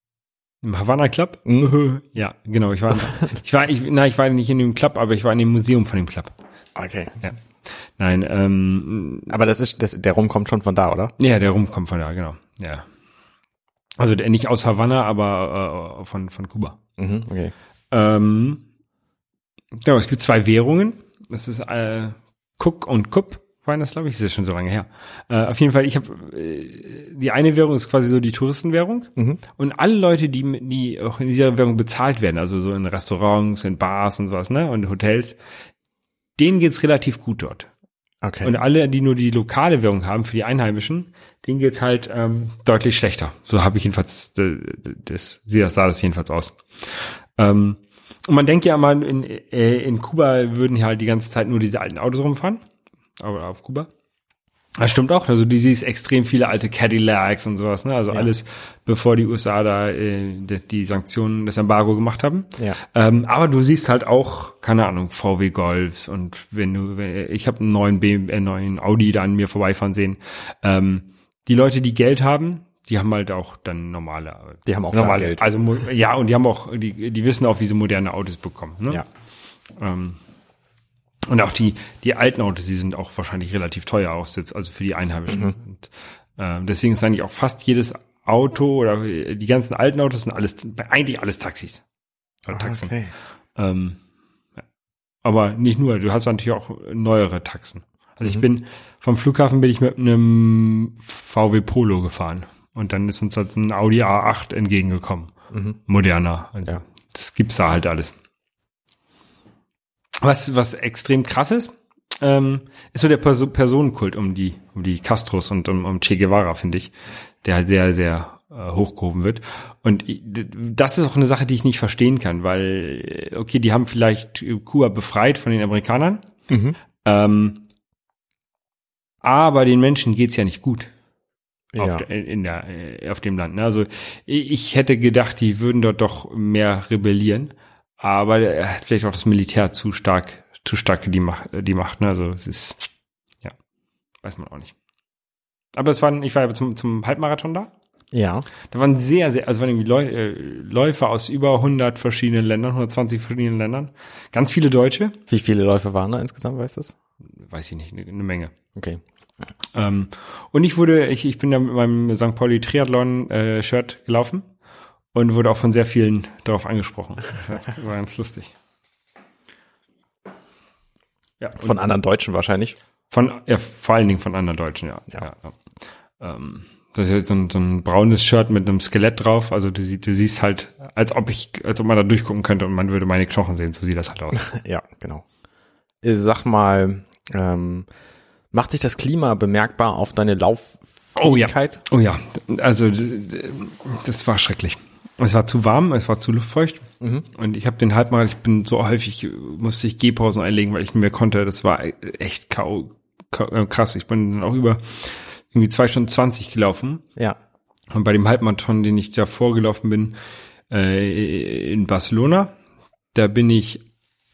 im Havana Club. Mhm. Ja, genau. Ich war, ich war, ich, nein, ich war nicht in dem Club, aber ich war in dem Museum von dem Club. Okay. Ja. Nein, ähm, Aber das ist, das, der Rum kommt schon von da, oder? ja, der Rum kommt von da, genau. Ja. Also der, nicht aus Havanna, aber äh, von von Kuba. Mhm, okay. Ähm, genau, es gibt zwei Währungen. Das ist äh, Cook und Kup, waren das, glaube ich. Das ist schon so lange her. Äh, auf jeden Fall, ich habe äh, die eine Währung ist quasi so die Touristenwährung. Mhm. Und alle Leute, die die auch in dieser Währung bezahlt werden, also so in Restaurants, in Bars und sowas, ne, und Hotels, denen geht's relativ gut dort. Okay. Und alle, die nur die lokale Währung haben für die Einheimischen, denen geht's halt ähm, deutlich schlechter. So habe ich jedenfalls, das, das sieht das, sah das jedenfalls aus. Ähm, und man denkt ja immer, in, äh, in Kuba würden hier halt die ganze Zeit nur diese alten Autos rumfahren. Aber auf Kuba. Das stimmt auch. Also du siehst extrem viele alte Cadillacs und sowas, ne? Also Ja. alles, bevor die U S A da äh, die, die Sanktionen, das Embargo gemacht haben. Ja. Ähm, aber du siehst halt auch, keine Ahnung, V W Golfs und wenn du, wenn, ich habe einen neuen B M W, äh, neuen Audi da an mir vorbeifahren sehen. Ähm, die Leute, die Geld haben, die haben halt auch dann normale, Die haben auch normale da Geld. Also mo- ja, und die haben auch, die, die wissen auch, wie sie moderne Autos bekommen. Ne? Ja. Ähm, und auch die, die alten Autos, die sind auch wahrscheinlich relativ teuer aus, also für die Einheimischen. Mhm. Und, ähm, deswegen ist eigentlich auch fast jedes Auto oder die ganzen alten Autos sind alles, eigentlich alles Taxis. Oder Taxen. Okay. Ähm, ja. Aber nicht nur, du hast natürlich auch neuere Taxen. Also ich Mhm. bin, vom Flughafen bin ich mit einem V W Polo gefahren. Und dann ist uns jetzt ein Audi A acht entgegengekommen. Mhm. Moderner. Also Ja. das gibt's da halt alles. Was, was extrem krass ist, ähm, ist so der Perso- Personenkult um die, um die Castros und um, um Che Guevara, finde ich, der halt sehr, sehr äh, hochgehoben wird. Und i- d- das ist auch eine Sache, die ich nicht verstehen kann, weil, äh, okay, die haben vielleicht Kuba befreit von den Amerikanern, Mhm. ähm, aber den Menschen geht's ja nicht gut. Ja. Auf, der, in der, äh, auf dem Land. Ne? Also ich ich hätte gedacht, die würden dort doch mehr rebellieren, aber er hat vielleicht auch das Militär zu stark, zu stark die Macht, die Macht. Ne? Also es ist, ja, weiß man auch nicht. Aber es waren, ich war ja zum, zum Halbmarathon da. Ja. Da waren sehr, sehr, also waren irgendwie Läu äh, Läufer aus über hundert verschiedenen Ländern, hundertzwanzig verschiedenen Ländern. Ganz viele Deutsche. Wie viele Läufer waren da insgesamt, weißt du es? Weiß ich nicht, eine, eine Menge. Okay. Ähm, und ich wurde, ich, ich bin da mit meinem Sankt Pauli Triathlon äh, Shirt gelaufen und wurde auch von sehr vielen darauf angesprochen. Das war ganz lustig. Ja, und Von anderen Deutschen wahrscheinlich. von, ja, vor allen Dingen von anderen Deutschen, ja. Ja. ja, ja. Ähm, das ist jetzt so ein, so ein braunes Shirt mit einem Skelett drauf. Also du, sie- du siehst halt, als ob ich, als ob man da durchgucken könnte und man würde meine Knochen sehen. So sieht das halt aus. Ja, genau. Äh, Sag mal, ähm, macht sich das Klima bemerkbar auf deine Lauffähigkeit? Oh ja, also das, das war schrecklich. Es war zu warm, es war zu luftfeucht Mhm. und ich habe den Halbmarathon, ich bin so häufig, musste ich Gehpausen einlegen, weil ich nicht mehr konnte. Das war echt kau, kau, äh, krass. Ich bin dann auch über irgendwie zwei Stunden zwanzig gelaufen Ja. und bei dem Halbmarathon, den ich davor gelaufen bin, äh, in Barcelona, da bin ich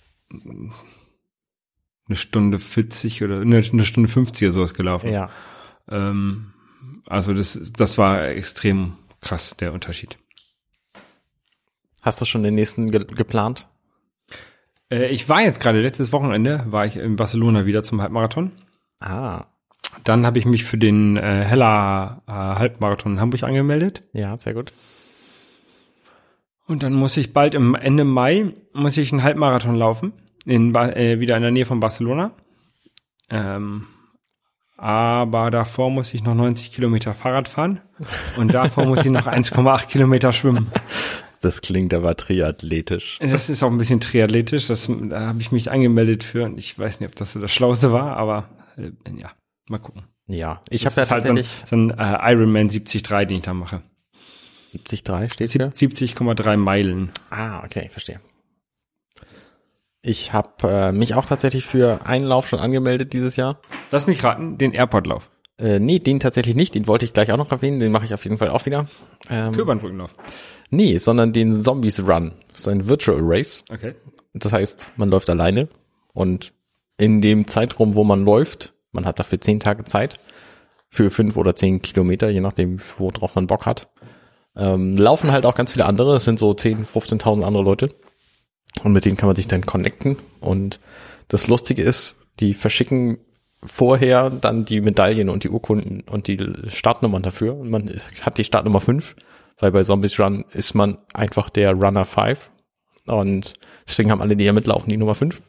eine Stunde vierzig oder eine, eine Stunde fünfzig oder sowas gelaufen. Ja. Ähm, also das, das war extrem krass, der Unterschied. Hast du schon den nächsten ge geplant? Äh, ich war jetzt gerade, letztes Wochenende, war ich in Barcelona wieder zum Halbmarathon. Ah, Dann habe ich mich für den äh, Hella äh, Halbmarathon in Hamburg angemeldet. ja, sehr gut. Und dann muss ich bald im Ende Mai, muss ich einen Halbmarathon laufen, in, Ba- äh, wieder in der Nähe von Barcelona. Ähm, aber davor muss ich noch neunzig Kilometer Fahrrad fahren und davor muss ich noch eins Komma acht Kilometer schwimmen. Das klingt aber triathletisch. Das ist auch ein bisschen triathletisch, das, da habe ich mich angemeldet für und ich weiß nicht, ob das so das Schlauste war, aber äh, ja, mal gucken. Ja, ich Das habe ja ist halt so ein, tatsächlich so ein äh, Ironman siebzig Komma drei, den ich da mache. siebzig Komma drei steht hier. siebzig Komma drei Meilen. Ah, okay, verstehe. Ich habe äh, mich auch tatsächlich für einen Lauf schon angemeldet dieses Jahr. Lass mich raten, den Airport-Lauf. Äh, nee, den tatsächlich nicht. Den wollte ich gleich auch noch erwähnen. Den mache ich auf jeden Fall auch wieder. Ähm, Köbernbrückenlauf. Nee, sondern den Zombies Run. Das ist ein Virtual Race. Okay. Das heißt, man läuft alleine und in dem Zeitraum, wo man läuft, man hat dafür zehn Tage Zeit, für fünf oder zehn Kilometer, je nachdem, worauf man Bock hat, ähm, laufen halt auch ganz viele andere. Es sind so zehn, fünfzehntausend andere Leute. Und mit denen kann man sich dann connecten. Und das Lustige ist, die verschicken vorher dann die Medaillen und die Urkunden und die Startnummern dafür. Und man hat die Startnummer fünf, weil bei Zombies Run ist man einfach der Runner fünf. Und deswegen haben alle, die da mitlaufen, die Nummer fünf.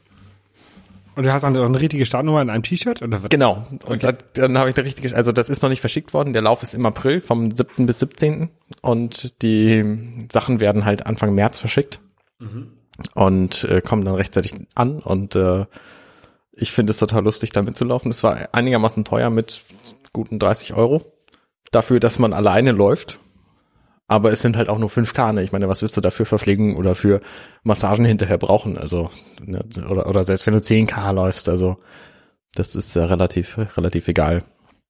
Und du hast auch eine richtige Startnummer in einem T-Shirt? Oder was? Genau. Und Okay. dann, dann habe ich eine richtige, also das ist noch nicht verschickt worden. Der Lauf ist im April, vom siebten bis siebzehnten Und die Sachen werden halt Anfang März verschickt. Mhm. Und äh, kommen dann rechtzeitig an. Und äh, ich finde es total lustig, da mitzulaufen. Es war einigermaßen teuer mit guten dreißig Euro. Dafür, dass man alleine läuft. Aber es sind halt auch nur fünf K. Ne? Ich meine, was willst du dafür Verpflegung oder für Massagen hinterher brauchen? Also, ne, oder, oder selbst wenn du zehn K läufst, also das ist äh, relativ, relativ egal.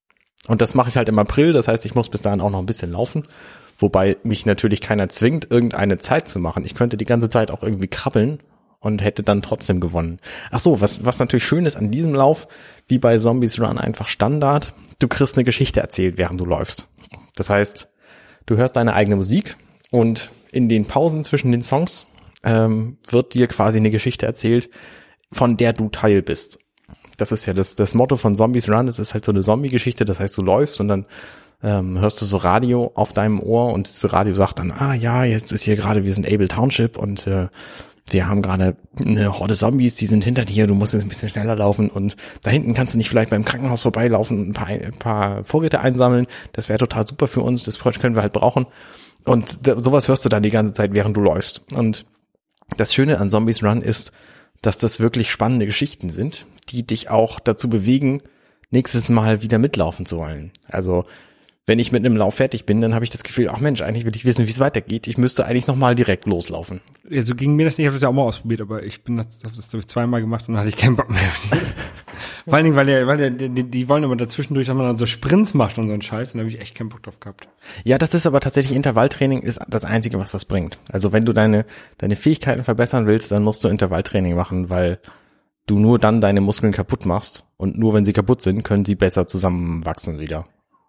Und das mache ich halt im April, das heißt, ich muss bis dahin auch noch ein bisschen laufen. Wobei mich natürlich keiner zwingt, irgendeine Zeit zu machen. Ich könnte die ganze Zeit auch irgendwie krabbeln und hätte dann trotzdem gewonnen. Ach so, was, was natürlich schön ist an diesem Lauf, wie bei Zombies Run einfach Standard, du kriegst eine Geschichte erzählt, während du läufst. Das heißt, du hörst deine eigene Musik und in den Pausen zwischen den Songs ähm, wird dir quasi eine Geschichte erzählt, von der du Teil bist. Das ist ja das, das Motto von Zombies Run, es ist halt so eine Zombie-Geschichte, das heißt, du läufst und dann ähm, hörst du so Radio auf deinem Ohr und das Radio sagt dann, ah ja, jetzt ist hier gerade, wir sind Able Township und äh, wir haben gerade eine Horde Zombies, die sind hinter dir, du musst jetzt ein bisschen schneller laufen und da hinten kannst du nicht vielleicht beim Krankenhaus vorbeilaufen und ein paar, ein paar Vorräte einsammeln, das wäre total super für uns, das können wir halt brauchen. Und sowas hörst du dann die ganze Zeit, während du läufst. Und das Schöne an Zombies Run ist, dass das wirklich spannende Geschichten sind, die dich auch dazu bewegen, nächstes Mal wieder mitlaufen zu wollen. Also wenn ich mit einem Lauf fertig bin, dann habe ich das Gefühl, ach Mensch, eigentlich will ich wissen, wie es weitergeht. Ich müsste eigentlich nochmal direkt loslaufen. Ja, so ging mir das nicht. Ich habe das ja auch mal ausprobiert, aber ich bin das, das, das habe ich zweimal gemacht und dann hatte ich keinen Bock mehr. Vor allen Dingen, weil der, weil der, die, die wollen aber dazwischendurch, dass man dann so Sprints macht und so einen Scheiß, und da habe ich echt keinen Bock drauf gehabt. Ja, das ist aber tatsächlich Intervalltraining ist das Einzige, was was bringt. Also wenn du deine deine Fähigkeiten verbessern willst, dann musst du Intervalltraining machen, weil du nur dann deine Muskeln kaputt machst und nur wenn sie kaputt sind, können sie besser zusammenwachsen wieder.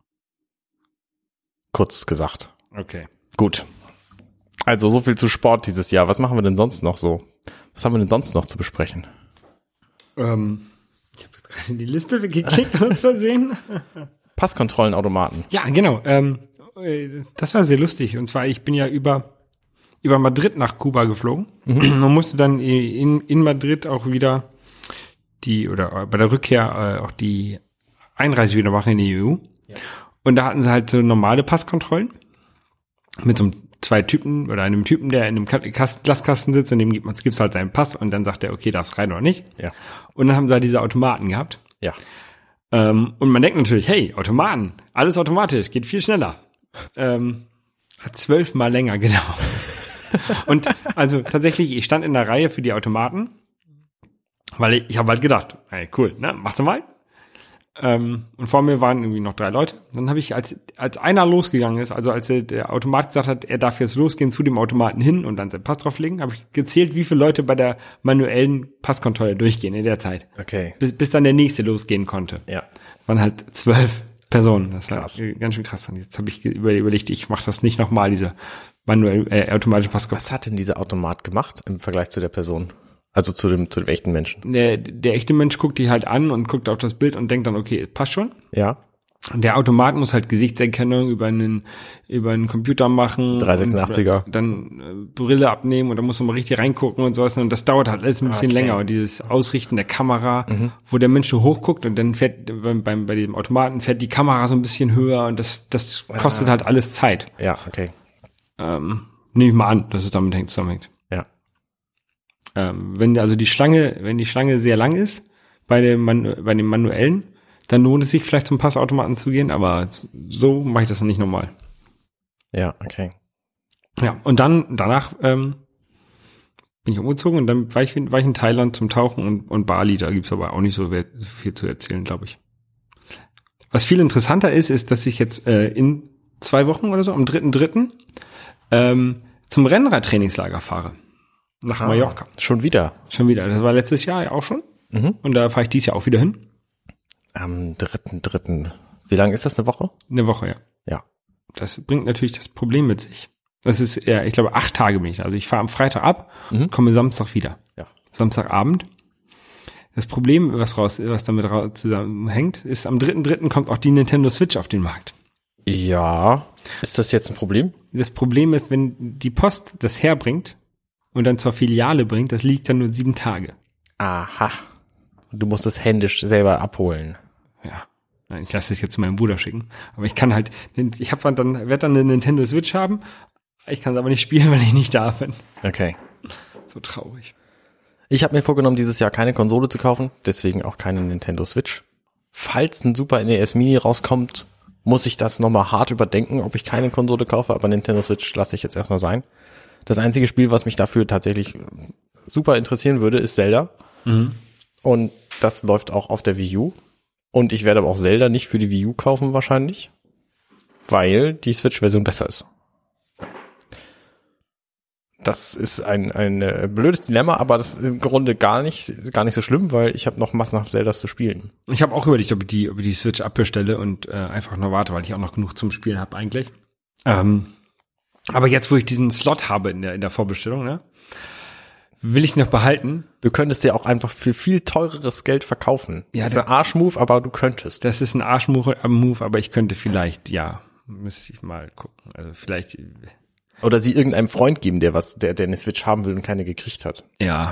Kurz gesagt. Okay. Gut. Also so viel zu Sport dieses Jahr. Was machen wir denn sonst noch so? Was haben wir denn sonst noch zu besprechen? Ähm, ich habe jetzt gerade die Liste weggeklickt aus Versehen. Passkontrollenautomaten. Ja, genau. Ähm, das war sehr lustig. Und zwar, ich bin ja über über Madrid nach Kuba geflogen. Mhm. Man musste dann in, in Madrid auch wieder die, oder bei der Rückkehr äh, auch die Einreise wieder machen in die E U. Ja. Und da hatten sie halt so normale Passkontrollen mit so einem zwei Typen oder einem Typen, der in einem Kasten, Glaskasten sitzt und dem gibt es gibt's halt seinen Pass und dann sagt er, okay, darfst rein oder nicht. Ja. Und dann haben sie halt diese Automaten gehabt. Ja. Ähm, und man denkt natürlich, hey, Automaten, alles automatisch, geht viel schneller. Ähm, hat zwölfmal länger gedauert. Und also tatsächlich, ich stand in der Reihe für die Automaten, weil ich, ich habe halt gedacht, hey, cool, ne, machst du mal. Ähm, und vor mir waren irgendwie noch drei Leute. Dann habe ich, als als einer losgegangen ist, also als der, der Automat gesagt hat, er darf jetzt losgehen zu dem Automaten hin und dann seinen Pass drauflegen, habe ich gezählt, wie viele Leute bei der manuellen Passkontrolle durchgehen in der Zeit. Okay. Bis, bis dann der nächste losgehen konnte. Ja. Waren halt zwölf Personen. Das war krass. Ganz schön krass. Und jetzt habe ich überlegt, ich mache das nicht nochmal, diese manuell äh, automatische Passkontrolle. Was hat denn dieser Automat gemacht im Vergleich zu der Person? Also zu dem, zu dem echten Menschen. Der, der echte Mensch guckt die halt an und guckt auf das Bild und denkt dann, okay, passt schon. Ja. Der Automat muss halt Gesichtserkennung über einen über einen Computer machen. dreihundertsechsundachtziger. Und dann äh, Brille abnehmen und dann muss man mal richtig reingucken und sowas. Und das dauert halt alles ein bisschen Okay. länger. Und dieses Ausrichten der Kamera, Mhm. wo der Mensch so hochguckt und dann fährt beim, beim bei dem Automaten fährt die Kamera so ein bisschen höher und das das kostet Ah. halt alles Zeit. Ja, okay. Ähm, nehme ich mal an, dass es damit hängt, zusammenhängt. Ja. Ähm, wenn also die Schlange, wenn die Schlange sehr lang ist bei dem Manu bei dem manuellen, dann lohnt es sich vielleicht zum Passautomaten zu gehen, aber so mache ich das noch nicht normal. Ja, okay. Ja, und dann danach ähm, bin ich umgezogen und dann war ich, war ich in Thailand zum Tauchen und, und Bali, da gibt's aber auch nicht so viel zu erzählen, glaube ich. Was viel interessanter ist, ist, dass ich jetzt äh, in zwei Wochen oder so, am dritten dritten ähm, zum Rennradtrainingslager fahre. Nach Ah, Mallorca. Schon wieder. Schon wieder. Das war letztes Jahr ja auch schon. Mhm. Und da fahre ich dieses Jahr auch wieder hin. Am dritten, dritten. Wie lange ist das, eine Woche? Eine Woche, ja. Ja. Das bringt natürlich das Problem mit sich. Das ist, ja, ich glaube, acht Tage bin ich da. Also ich fahre am Freitag ab, Mhm. komme Samstag wieder. Ja. Samstagabend. Das Problem, was raus, was damit raus zusammenhängt, ist, am dritten dritten kommt auch die Nintendo Switch auf den Markt. Ja. Ist das jetzt ein Problem? Das Problem ist, wenn die Post das herbringt und dann zur Filiale bringt, das liegt dann nur sieben Tage. Aha. Du musst es händisch selber abholen. Ja. Nein, ich lasse es jetzt zu meinem Bruder schicken. Aber ich kann halt, ich habe dann, werde dann eine Nintendo Switch haben. Ich kann es aber nicht spielen, weil ich nicht da bin. Okay. So traurig. Ich habe mir vorgenommen, dieses Jahr keine Konsole zu kaufen, deswegen auch keine Nintendo Switch. Falls ein Super N E S Mini rauskommt, muss ich das nochmal hart überdenken, ob ich keine Konsole kaufe, aber Nintendo Switch lasse ich jetzt erstmal sein. Das einzige Spiel, was mich dafür tatsächlich super interessieren würde, ist Zelda. Mhm. Und das läuft auch auf der Wii U. Und ich werde aber auch Zelda nicht für die Wii U kaufen wahrscheinlich, weil die Switch-Version besser ist. Das ist ein, ein äh, blödes Dilemma, aber das ist im Grunde gar nicht, gar nicht so schlimm, weil ich habe noch massenhaft Zeldas zu spielen. Ich habe auch überlegt, ob ich die, ob ich die Switch abbestelle und äh, einfach nur warte, weil ich auch noch genug zum Spielen habe eigentlich. Ähm, aber jetzt, wo ich diesen Slot habe in der, in der Vorbestellung, ne, will ich noch behalten. Du könntest dir auch einfach für viel teureres Geld verkaufen. Ja, das ist das- ein Arschmove, aber du könntest. Das ist ein Arschmove, Move, aber ich könnte vielleicht, ja, müsste ich mal gucken. Also vielleicht, Oder sie irgendeinem Freund geben, der was, der, der eine Switch haben will und keine gekriegt hat. ja,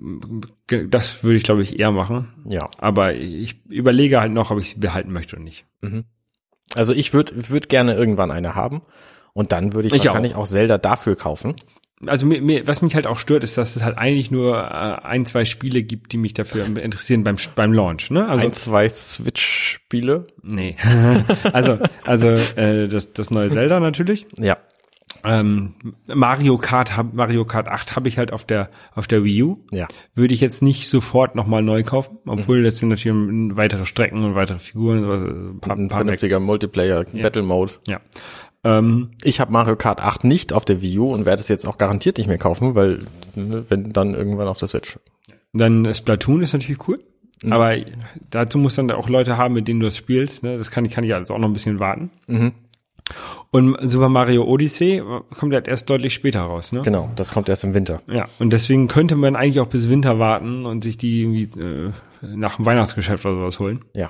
das würde ich, glaube ich, eher machen. Ja. Aber ich überlege halt noch, ob ich sie behalten möchte oder nicht. Also ich würde würd gerne irgendwann eine haben und dann würde ich, Ich wahrscheinlich auch. Zelda dafür kaufen. Also mir, mir, was mich halt auch stört, ist, dass es halt eigentlich nur äh, ein, zwei Spiele gibt, die mich dafür interessieren beim beim Launch, ne? Also Ein, zwei Switch-Spiele. nee. also also äh, das das neue Zelda natürlich. Ja. Ähm, Mario Kart hab, Mario Kart acht habe ich halt auf der auf der Wii U. Ja. Würde ich jetzt nicht sofort nochmal neu kaufen, obwohl Mhm. das sind natürlich weitere Strecken und weitere Figuren, sowas, ein paar, Ein ein paar mehr. vernünftiger Multiplayer, Battle Mode. Ja. Ähm, Ich habe Mario Kart acht nicht auf der Wii U und werde es jetzt auch garantiert nicht mehr kaufen, weil ne, wenn dann irgendwann auf der Switch. Dann Splatoon ist natürlich cool. Mhm. Aber dazu musst dann auch Leute haben, mit denen du das spielst. Ne? Das kann, kann ich also auch noch ein bisschen warten. Mhm. Und Super Mario Odyssey kommt halt erst deutlich später raus. Ne? Genau, das kommt erst im Winter. Ja, und deswegen könnte man eigentlich auch bis Winter warten und sich die irgendwie äh, nach dem Weihnachtsgeschäft oder sowas holen. Ja.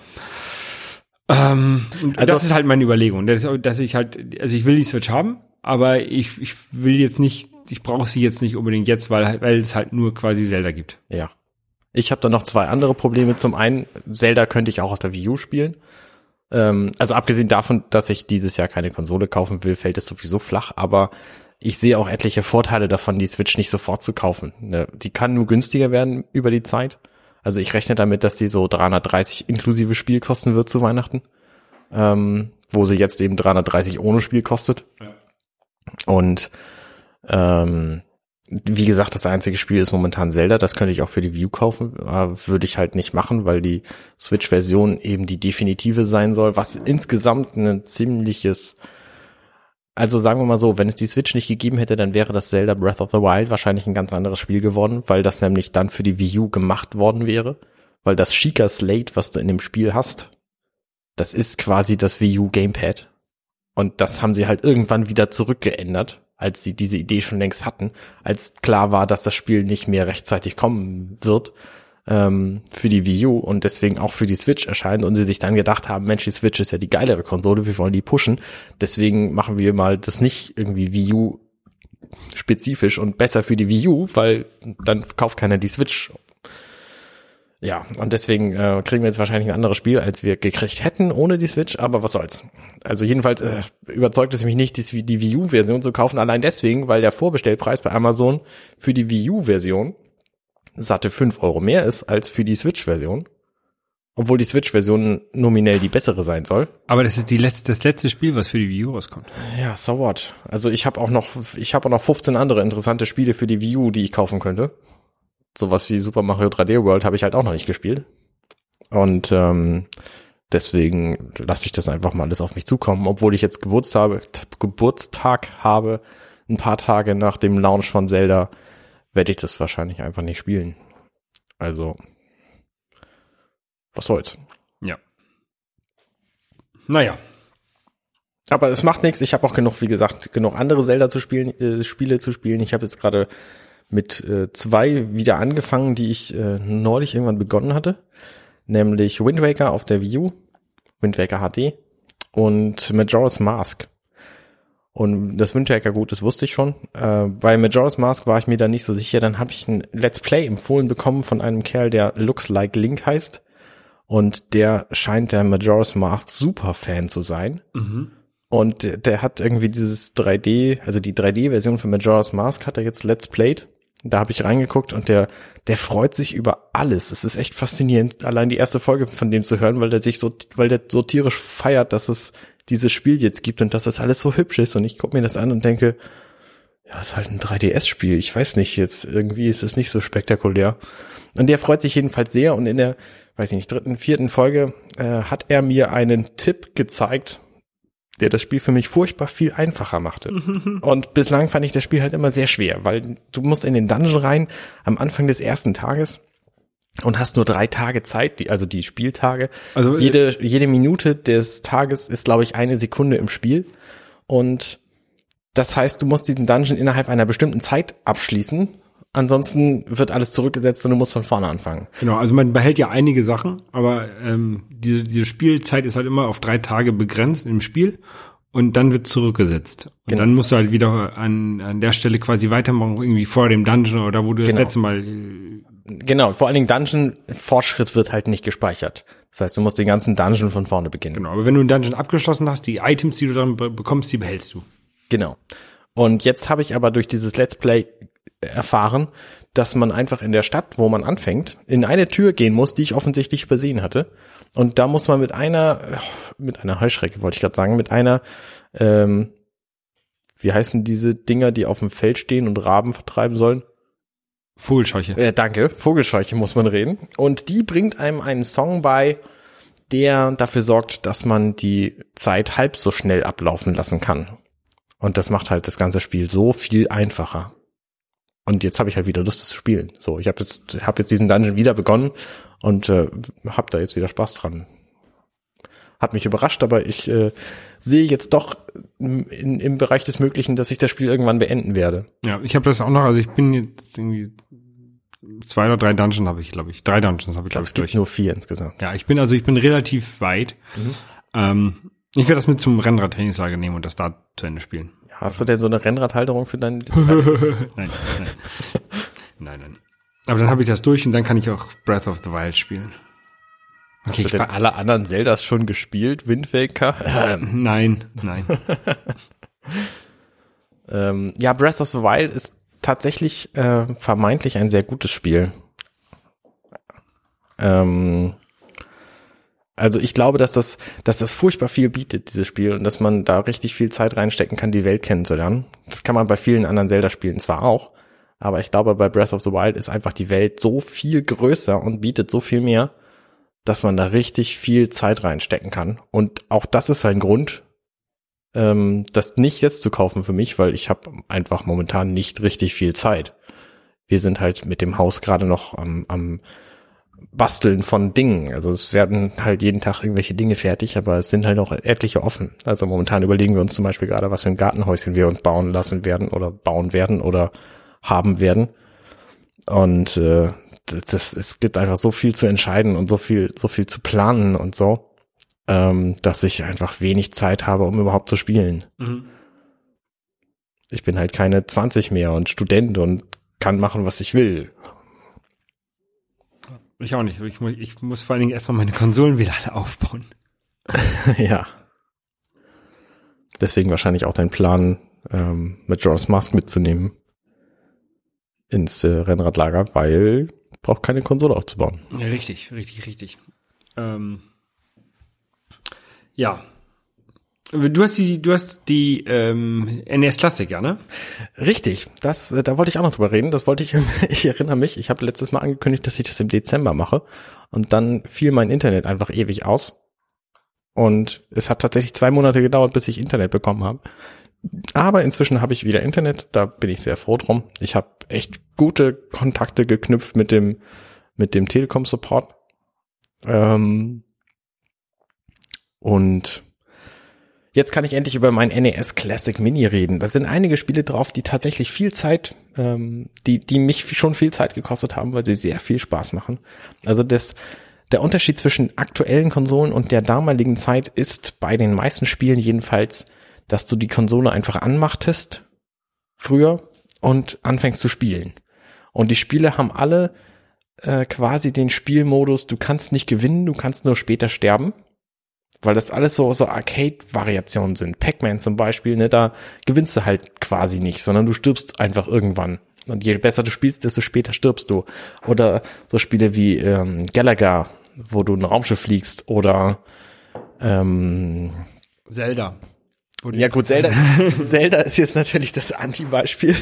Ähm, und Also- das ist halt meine Überlegung, dass, dass ich halt, also ich will die Switch haben, aber ich, ich will jetzt nicht, ich brauche sie jetzt nicht unbedingt jetzt, weil, weil es halt nur quasi Zelda gibt. Ja. Ich habe da noch zwei andere Probleme. Zum einen, Zelda könnte ich auch auf der Wii U spielen. Ähm, also abgesehen davon, dass ich dieses Jahr keine Konsole kaufen will, fällt es sowieso flach. Aber ich sehe auch etliche Vorteile davon, die Switch nicht sofort zu kaufen. Ne, die kann nur günstiger werden über die Zeit. Also ich rechne damit, dass die so dreihundertdreißig inklusive Spiel kosten wird zu Weihnachten. Ähm, wo sie jetzt eben dreihundertdreißig ohne Spiel kostet. Ja. Und ähm, wie gesagt, das einzige Spiel ist momentan Zelda. Das könnte ich auch für die Wii U kaufen, aber würde ich halt nicht machen, weil die Switch-Version eben die definitive sein soll, was insgesamt ein ziemliches, also sagen wir mal so, wenn es die Switch nicht gegeben hätte, dann wäre das Zelda Breath of the Wild wahrscheinlich ein ganz anderes Spiel geworden, weil das nämlich dann für die Wii U gemacht worden wäre, weil das Sheikah Slate, was du in dem Spiel hast, das ist quasi das Wii U Gamepad. Und das haben sie halt irgendwann wieder zurückgeändert, als sie diese Idee schon längst hatten, als klar war, dass das Spiel nicht mehr rechtzeitig kommen wird, ähm, für die Wii U und deswegen auch für die Switch erscheint und sie sich dann gedacht haben, Mensch, die Switch ist ja die geilere Konsole, wir wollen die pushen, deswegen machen wir mal das nicht irgendwie Wii U spezifisch und besser für die Wii U, weil dann kauft keiner die Switch. Ja, und deswegen äh, kriegen wir jetzt wahrscheinlich ein anderes Spiel, als wir gekriegt hätten ohne die Switch, aber was soll's. Also jedenfalls äh, überzeugt es mich nicht, die, die Wii U-Version zu kaufen, allein deswegen, weil der Vorbestellpreis bei Amazon für die Wii U-Version satte fünf Euro mehr ist als für die Switch-Version. Obwohl die Switch-Version nominell die bessere sein soll. Aber das ist die letzte, das letzte Spiel, was für die Wii U rauskommt. Ja, so what. Also ich habe auch noch, ich habe auch noch fünfzehn andere interessante Spiele für die Wii U, die ich kaufen könnte. Sowas wie Super Mario drei D World habe ich halt auch noch nicht gespielt. Und ähm, deswegen lasse ich das einfach mal alles auf mich zukommen. Obwohl ich jetzt Geburtstag habe, Geburtstag habe, ein paar Tage nach dem Launch von Zelda, werde ich das wahrscheinlich einfach nicht spielen. Also, was soll's. Ja. Naja. Aber es macht nichts. Ich habe auch genug, wie gesagt, genug andere Zelda zu spielen, äh, Spiele zu spielen. Ich habe jetzt gerade mit äh, zwei wieder angefangen, die ich äh, neulich irgendwann begonnen hatte. Nämlich Wind Waker auf der Wii U, Wind Waker H D und Majora's Mask. Und das Wind Waker gut, das wusste ich schon. Äh, bei Majora's Mask war ich mir da nicht so sicher. Dann habe ich ein Let's Play empfohlen bekommen von einem Kerl, der Looks Like Link heißt. Und der scheint der Majora's Mask Superfan zu sein. Mhm. Und der, der hat irgendwie dieses drei D, also die drei D-Version von Majora's Mask hat er jetzt Let's Played. Da habe ich reingeguckt und der der freut sich über alles. Es ist echt faszinierend, allein die erste Folge von dem zu hören, weil der sich so, weil der so tierisch feiert, dass es dieses Spiel jetzt gibt und dass das alles so hübsch ist. Und ich gucke mir das an und denke, ja, ist halt ein drei D S-Spiel. Ich weiß nicht, jetzt irgendwie ist es nicht so spektakulär. Und der freut sich jedenfalls sehr. Und in der, weiß ich nicht, dritten, vierten Folge äh, hat er mir einen Tipp gezeigt, der das Spiel für mich furchtbar viel einfacher machte. Und bislang fand ich das Spiel halt immer sehr schwer, weil du musst in den Dungeon rein am Anfang des ersten Tages und hast nur drei Tage Zeit, die, also die Spieltage. Also jede jede Minute des Tages ist, glaube ich, eine Sekunde im Spiel. Und das heißt, du musst diesen Dungeon innerhalb einer bestimmten Zeit abschließen. Ansonsten wird alles zurückgesetzt und du musst von vorne anfangen. Genau, also man behält ja einige Sachen, aber ähm, diese, diese Spielzeit ist halt immer auf drei Tage begrenzt im Spiel und dann wird zurückgesetzt. Und Genau. dann musst du halt wieder an, an der Stelle quasi weitermachen, irgendwie vor dem Dungeon oder wo du das Genau. letzte Mal... Äh, Genau, vor allen Dingen Dungeon-Fortschritt wird halt nicht gespeichert. Das heißt, du musst den ganzen Dungeon von vorne beginnen. genau, aber wenn du einen Dungeon abgeschlossen hast, die Items, die du dann be- bekommst, die behältst du. Genau. Und jetzt habe ich aber durch dieses Let's Play erfahren, dass man einfach in der Stadt, wo man anfängt, in eine Tür gehen muss, die ich offensichtlich übersehen hatte. Und da muss man mit einer, mit einer Heuschrecke, wollte ich gerade sagen, mit einer, ähm, wie heißen diese Dinger, die auf dem Feld stehen und Raben vertreiben sollen? Vogelscheuche. Äh, danke, Vogelscheuche muss man reden. Und die bringt einem einen Song bei, der dafür sorgt, dass man die Zeit halb so schnell ablaufen lassen kann. Und das macht halt das ganze Spiel so viel einfacher. Und jetzt habe ich halt wieder Lust, das zu spielen. So, ich habe jetzt hab jetzt diesen Dungeon wieder begonnen und äh, habe da jetzt wieder Spaß dran. Hat mich überrascht, aber ich äh, sehe jetzt doch in, im Bereich des Möglichen, dass ich das Spiel irgendwann beenden werde. Ja, ich habe das auch noch, also ich bin jetzt irgendwie zwei oder drei Dungeons habe ich, glaube ich. Drei Dungeons habe ich, Ich glaube, glaube es ich, gibt durch. nur vier insgesamt. Ja, ich bin also, ich bin relativ weit. Mhm. Ähm, ich werde das mit zum Rennrad-Tennislager nehmen und das da zu Ende spielen. Hast du denn so eine Rennradhalterung für deinen... nein, nein. nein, nein. Aber dann habe ich das durch und dann kann ich auch Breath of the Wild spielen. Hast Okay, du ich denn war, alle anderen Zeldas schon gespielt? Wind Waker? Ähm, nein, nein. ähm, ja, Breath of the Wild ist tatsächlich äh, vermeintlich ein sehr gutes Spiel. Ähm, also ich glaube, dass das, dass das furchtbar viel bietet, dieses Spiel, und dass man da richtig viel Zeit reinstecken kann, die Welt kennenzulernen. Das kann man bei vielen anderen Zelda-Spielen zwar auch, aber ich glaube, bei Breath of the Wild ist einfach die Welt so viel größer und bietet so viel mehr, dass man da richtig viel Zeit reinstecken kann. Und auch das ist ein Grund, ähm, das nicht jetzt zu kaufen für mich, weil ich habe einfach momentan nicht richtig viel Zeit. Wir sind halt mit dem Haus gerade noch am, am Basteln von Dingen. Also es werden halt jeden Tag irgendwelche Dinge fertig, aber es sind halt noch etliche offen. Also momentan überlegen wir uns zum Beispiel gerade, was für ein Gartenhäuschen wir uns bauen lassen werden oder bauen werden oder haben werden. Und äh, das, es gibt einfach so viel zu entscheiden und so viel, so viel zu planen und so, ähm, dass ich einfach wenig Zeit habe, um überhaupt zu spielen. Mhm. Ich bin halt keine zwanzig mehr und Student und kann machen, was ich will. Ich auch nicht. Ich muss, ich muss vor allen Dingen erstmal meine Konsolen wieder alle aufbauen. Ja. Deswegen wahrscheinlich auch dein Plan, ähm, Majora's Mask mitzunehmen ins äh, Rennradlager, weil braucht keine Konsole aufzubauen. Ja, richtig, richtig, richtig. Ähm, ja. Du hast die, du hast die ähm, N E S Classic, ja, ne? Richtig, das, äh, da wollte ich auch noch drüber reden. Das wollte ich, ich erinnere mich, ich habe letztes Mal angekündigt, dass ich das im Dezember mache und dann fiel mein Internet einfach ewig aus. Und es hat tatsächlich zwei Monate gedauert, bis ich Internet bekommen habe. Aber inzwischen habe ich wieder Internet, da bin ich sehr froh drum. Ich habe echt gute Kontakte geknüpft mit dem mit dem Telekom-Support. Ähm, und jetzt kann ich endlich über mein N E S Classic Mini reden. Da sind einige Spiele drauf, die tatsächlich viel Zeit, ähm, die die mich schon viel Zeit gekostet haben, weil sie sehr viel Spaß machen. Also das Der Unterschied zwischen aktuellen Konsolen und der damaligen Zeit ist bei den meisten Spielen jedenfalls, dass du die Konsole einfach anmachtest früher und anfängst zu spielen. Und die Spiele haben alle äh, quasi den Spielmodus, du kannst nicht gewinnen, du kannst nur später sterben, weil das alles so so Arcade-Variationen sind. Pac-Man zum Beispiel, ne, da gewinnst du halt quasi nicht, sondern du stirbst einfach irgendwann. Und je besser du spielst, desto später stirbst du. Oder so Spiele wie ähm, Galaga, wo du ein Raumschiff fliegst, oder ähm, Zelda. Ja gut, Zelda, Zelda ist jetzt natürlich das Anti-Beispiel.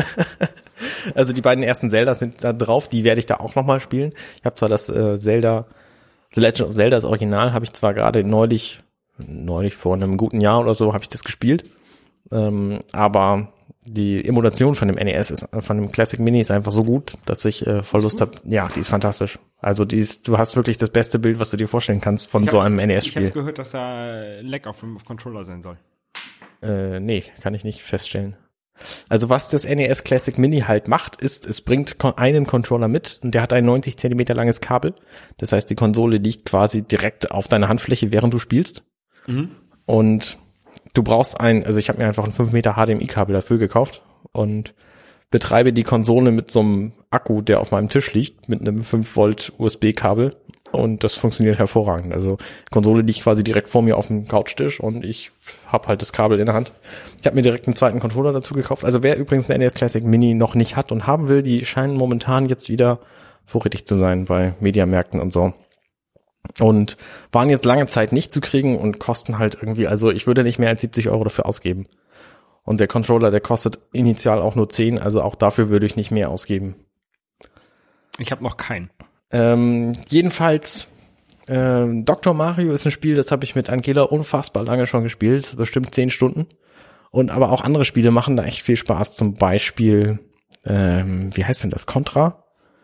Also die beiden ersten Zelda sind da drauf, die werde ich da auch nochmal spielen. Ich habe zwar das äh, Zelda, The Legend of Zelda, das Original, habe ich zwar gerade neulich, neulich vor einem guten Jahr oder so, habe ich das gespielt. Ähm, aber die Emulation von dem N E S ist, von dem Classic Mini ist einfach so gut, dass ich äh, voll Lust habe. Ja, die ist fantastisch. Also die ist, du hast wirklich das beste Bild, was du dir vorstellen kannst von hab, so einem N E S-Spiel. Ich habe gehört, dass da Lag auf dem Controller sein soll. Äh, nee, kann ich nicht feststellen. Also was das N E S Classic Mini halt macht, ist, es bringt einen Controller mit und der hat ein neunzig Zentimeter langes Kabel. Das heißt, die Konsole liegt quasi direkt auf deiner Handfläche, während du spielst. Mhm. Und du brauchst ein, also ich habe mir einfach ein fünf Meter H D M I-Kabel dafür gekauft und betreibe die Konsole mit so einem Akku, der auf meinem Tisch liegt, mit einem fünf Volt U S B-Kabel und das funktioniert hervorragend. Also die Konsole liegt quasi direkt vor mir auf dem Couchtisch und ich habe halt das Kabel in der Hand. Ich habe mir direkt einen zweiten Controller dazu gekauft. Also wer übrigens eine N E S Classic Mini noch nicht hat und haben will, die scheinen momentan jetzt wieder vorrätig zu sein bei Mediamärkten und so. Und waren jetzt lange Zeit nicht zu kriegen und kosten halt irgendwie, also ich würde nicht mehr als siebzig Euro dafür ausgeben. Und der Controller, der kostet initial auch nur zehn, also auch dafür würde ich nicht mehr ausgeben. Ich habe noch keinen. Ähm, jedenfalls, ähm, Doktor Mario ist ein Spiel, das habe ich mit Angela unfassbar lange schon gespielt, bestimmt zehn Stunden. Und aber auch andere Spiele machen da echt viel Spaß, zum Beispiel, ähm, wie heißt denn das, Contra?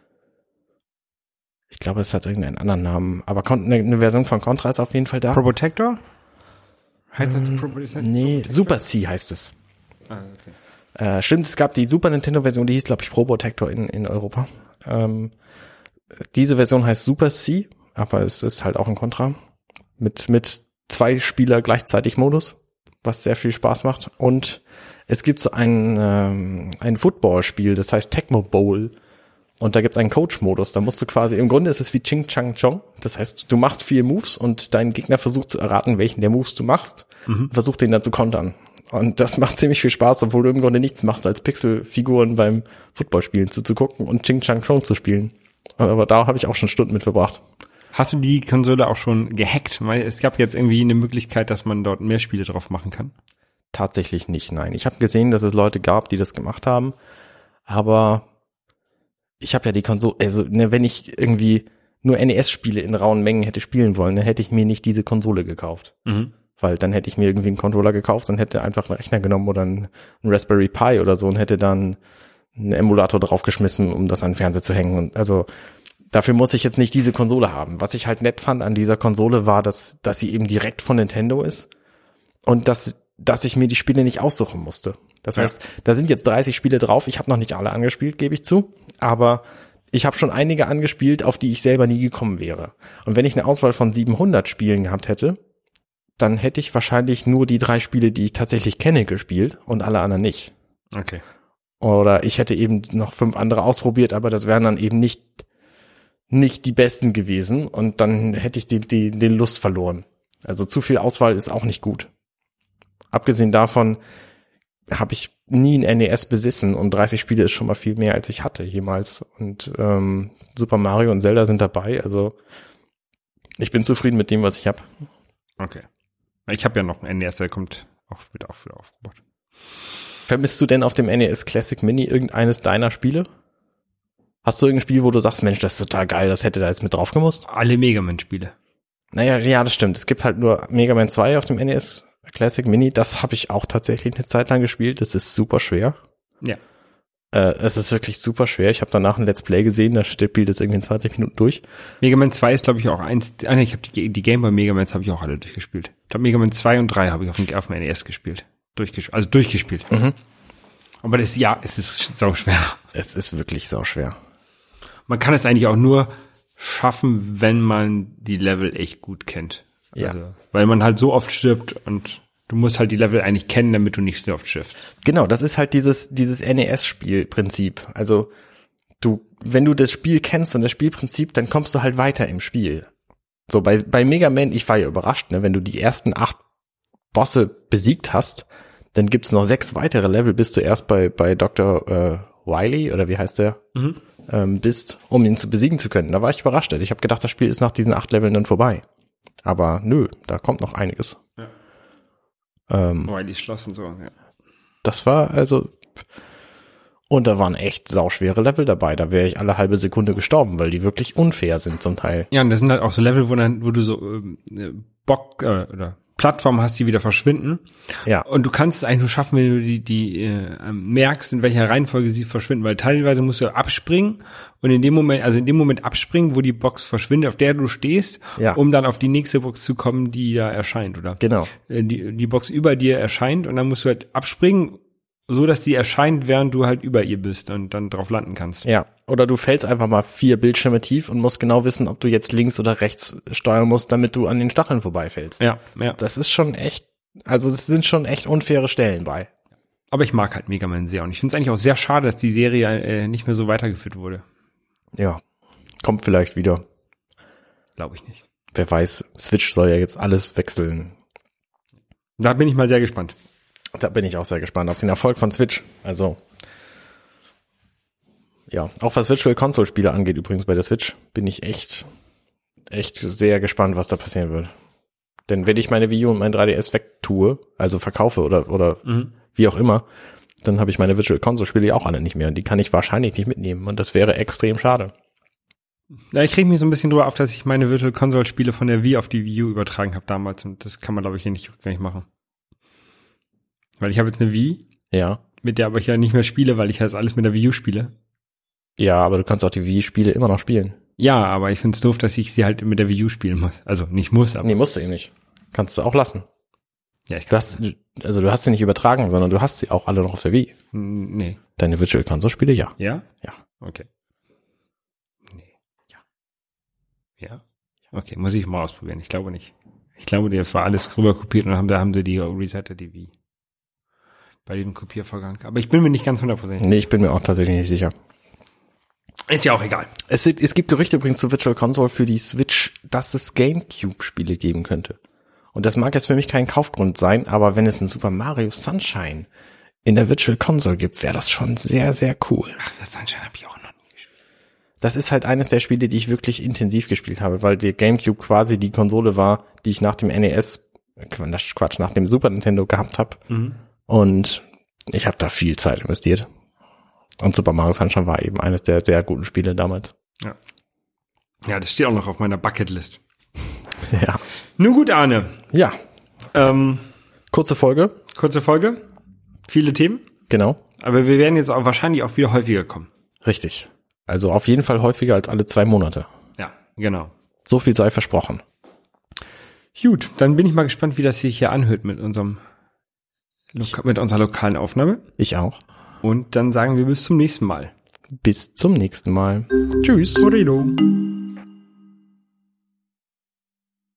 Ich glaube, es hat irgendeinen anderen Namen, aber eine, eine Version von Contra ist auf jeden Fall da. Probotector? Heißt das, ähm, Pro, ist das nee, Super C heißt es. Ah, okay. Äh, stimmt, es gab die Super Nintendo-Version, die hieß, glaube ich, Probotector in, in Europa. Ähm, diese Version heißt Super C, aber es ist halt auch ein Contra. Mit, mit zwei Spieler gleichzeitig Modus, was sehr viel Spaß macht. Und es gibt so ein, ähm, ein Football-Spiel, das heißt Tecmo Bowl. Und da gibt's einen Coach-Modus. Da musst du quasi, im Grunde ist es wie Ching Chang Chong. Das heißt, du machst vier Moves und dein Gegner versucht zu erraten, welchen der Moves du machst. Mhm. Versucht den dann zu kontern. Und das macht ziemlich viel Spaß, obwohl du im Grunde nichts machst, als Pixelfiguren beim Footballspielen zuzugucken und Ching Chang Chong zu spielen. Aber da habe ich auch schon Stunden mit verbracht. Hast du die Konsole auch schon gehackt? Weil es gab jetzt irgendwie eine Möglichkeit, dass man dort mehr Spiele drauf machen kann. Tatsächlich nicht, nein. Ich habe gesehen, dass es Leute gab, die das gemacht haben. Aber ich habe ja die Konsole, also ne, wenn ich irgendwie nur N E S-Spiele in rauen Mengen hätte spielen wollen, dann hätte ich mir nicht diese Konsole gekauft. Mhm. Weil dann hätte ich mir irgendwie einen Controller gekauft und hätte einfach einen Rechner genommen oder einen, einen Raspberry Pi oder so und hätte dann einen Emulator draufgeschmissen, um das an den Fernseher zu hängen. Und also dafür muss ich jetzt nicht diese Konsole haben. Was ich halt nett fand an dieser Konsole war, dass dass sie eben direkt von Nintendo ist und dass dass ich mir die Spiele nicht aussuchen musste. Das heißt, ja. Da sind jetzt dreißig Spiele drauf. Ich habe noch nicht alle angespielt, gebe ich zu. Aber ich habe schon einige angespielt, auf die ich selber nie gekommen wäre. Und wenn ich eine Auswahl von siebenhundert Spielen gehabt hätte, dann hätte ich wahrscheinlich nur die drei Spiele, die ich tatsächlich kenne, gespielt und alle anderen nicht. Okay. Oder ich hätte eben noch fünf andere ausprobiert, aber das wären dann eben nicht nicht die besten gewesen und dann hätte ich die, die, die Lust verloren. Also zu viel Auswahl ist auch nicht gut. Abgesehen davon habe ich nie ein N E S besessen und dreißig Spiele ist schon mal viel mehr, als ich hatte jemals. Und ähm, Super Mario und Zelda sind dabei, also ich bin zufrieden mit dem, was ich habe. Okay. Ich habe ja noch ein N E S, der kommt auch, wird auch wieder aufgebaut. Vermisst du denn auf dem N E S Classic Mini irgendeines deiner Spiele? Hast du irgendein Spiel, wo du sagst, Mensch, das ist total geil, das hätte da jetzt mit drauf gemusst? Alle Mega Man-Spiele. Naja, ja, das stimmt. Es gibt halt nur Mega Man zwei auf dem N E S Classic Mini. Das habe ich auch tatsächlich eine Zeit lang gespielt. Das ist super schwer. Ja. Äh, es ist wirklich super schwer. Ich habe danach ein Let's Play gesehen, da spielt es irgendwie in zwanzig Minuten durch. Mega Man zwei ist, glaube ich, auch eins. Ah, nee, ich habe die, die Game Boy Mega Mans habe ich auch alle durchgespielt. Ich glaube, Mega Man zwei und drei habe ich auf dem, auf dem N E S gespielt. Durchgespielt. Also durchgespielt. Mhm. Aber das, ja, es ist sau schwer. Es ist wirklich sau schwer. Man kann es eigentlich auch nur schaffen, wenn man die Level echt gut kennt. Ja. Also, weil man halt so oft stirbt und du musst halt die Level eigentlich kennen, damit du nicht so oft stirbst. Genau, das ist halt dieses dieses N E S-Spielprinzip. Also du, wenn du das Spiel kennst und das Spielprinzip, dann kommst du halt weiter im Spiel. So bei bei Mega Man, ich war ja überrascht, ne, wenn du die ersten acht Bosse besiegt hast, dann gibt's noch sechs weitere Level, bis du erst bei bei Doktor äh, Wily oder wie heißt der? Mhm. Ähm, bist, um ihn zu besiegen zu können. Da war ich überrascht. Also ich habe gedacht, das Spiel ist nach diesen acht Leveln dann vorbei. Aber nö, da kommt noch einiges. Ja. Ähm, Wiley's Schloss und so, ja. Das war also, und da waren echt sauschwere Level dabei. Da wäre ich alle halbe Sekunde gestorben, weil die wirklich unfair sind zum Teil. Ja, und das sind halt auch so Level, wo dann, wo du so ähm, Bock äh, oder Plattformen hast, die wieder verschwinden. Ja. Und du kannst es eigentlich nur schaffen, wenn du die, die äh, merkst, in welcher Reihenfolge sie verschwinden, weil teilweise musst du abspringen und in dem Moment, also in dem Moment abspringen, wo die Box verschwindet, auf der du stehst, ja. um dann auf die nächste Box zu kommen, die da erscheint, oder? Genau. Äh, die, die Box über dir erscheint und dann musst du halt abspringen, so dass die erscheint, während du halt über ihr bist und dann drauf landen kannst. Ja. Oder du fällst einfach mal vier Bildschirme tief und musst genau wissen, ob du jetzt links oder rechts steuern musst, damit du an den Stacheln vorbeifällst. Ja, ja. Das ist schon echt, also es sind schon echt unfaire Stellen bei. Aber ich mag halt Mega Man sehr und ich finde es eigentlich auch sehr schade, dass die Serie äh, nicht mehr so weitergeführt wurde. Ja, kommt vielleicht wieder. Glaube ich nicht. Wer weiß, Switch soll ja jetzt alles wechseln. Da bin ich mal sehr gespannt. Da bin ich auch sehr gespannt auf den Erfolg von Switch. Also ja, auch was Virtual Console Spiele angeht übrigens bei der Switch, bin ich echt, echt sehr gespannt, was da passieren wird. Denn wenn ich meine Wii U und mein drei D S wegtue, also verkaufe oder oder mhm. wie auch immer, dann habe ich meine Virtual Console Spiele ja auch alle nicht mehr und die kann ich wahrscheinlich nicht mitnehmen und das wäre extrem schade. Ja, ich kriege mich so ein bisschen drüber auf, dass ich meine Virtual Console Spiele von der Wii auf die Wii U übertragen habe damals und das kann man, glaube ich, hier nicht rückgängig machen. Weil ich habe jetzt eine Wii, ja, mit der aber ich ja nicht mehr spiele, weil ich halt alles mit der Wii U spiele. Ja, aber du kannst auch die Wii-Spiele immer noch spielen. Ja, aber ich find's doof, dass ich sie halt mit der Wii U spielen muss. Also nicht muss, aber. Nee, musst du eh nicht. Kannst du auch lassen. Ja, ich kann. Du hast, also du hast sie nicht übertragen, sondern du hast sie auch alle noch auf der Wii. Nee. Deine Virtual Console Spiele, ja. Ja? Ja. Okay. Nee. Ja. Ja? Okay, muss ich mal ausprobieren. Ich glaube nicht. Ich glaube, das war alles rüber kopiert und haben, da haben sie die resettet, die Wii. Bei diesem Kopiervorgang. Aber ich bin mir nicht ganz hundertprozentig. Nee, ich bin mir auch tatsächlich nicht sicher. Ist ja auch egal. Es, wird, es gibt Gerüchte übrigens zu Virtual Console für die Switch, dass es GameCube-Spiele geben könnte. Und das mag jetzt für mich kein Kaufgrund sein, aber wenn es ein Super Mario Sunshine in der Virtual Console gibt, wäre das schon sehr, sehr cool. Ach, das Sunshine habe ich auch noch nie gespielt. Das ist halt eines der Spiele, die ich wirklich intensiv gespielt habe, weil der GameCube quasi die Konsole war, die ich nach dem N E S, Quatsch, nach dem Super Nintendo gehabt habe. Mhm. Und ich habe da viel Zeit investiert. Und Super Mario Sunshine war eben eines der sehr guten Spiele damals. Ja. Ja, das steht auch noch auf meiner Bucketlist. Ja. Nun gut, Arne. Ja. Ähm, kurze Folge. Kurze Folge. Viele Themen. Genau. Aber wir werden jetzt auch wahrscheinlich auch wieder häufiger kommen. Richtig. Also auf jeden Fall häufiger als alle zwei Monate. Ja, genau. So viel sei versprochen. Gut, dann bin ich mal gespannt, wie das sich hier anhört mit unserem mit unserer lokalen Aufnahme. Ich auch. Und dann sagen wir bis zum nächsten Mal. Bis zum nächsten Mal. Tschüss. Corrido.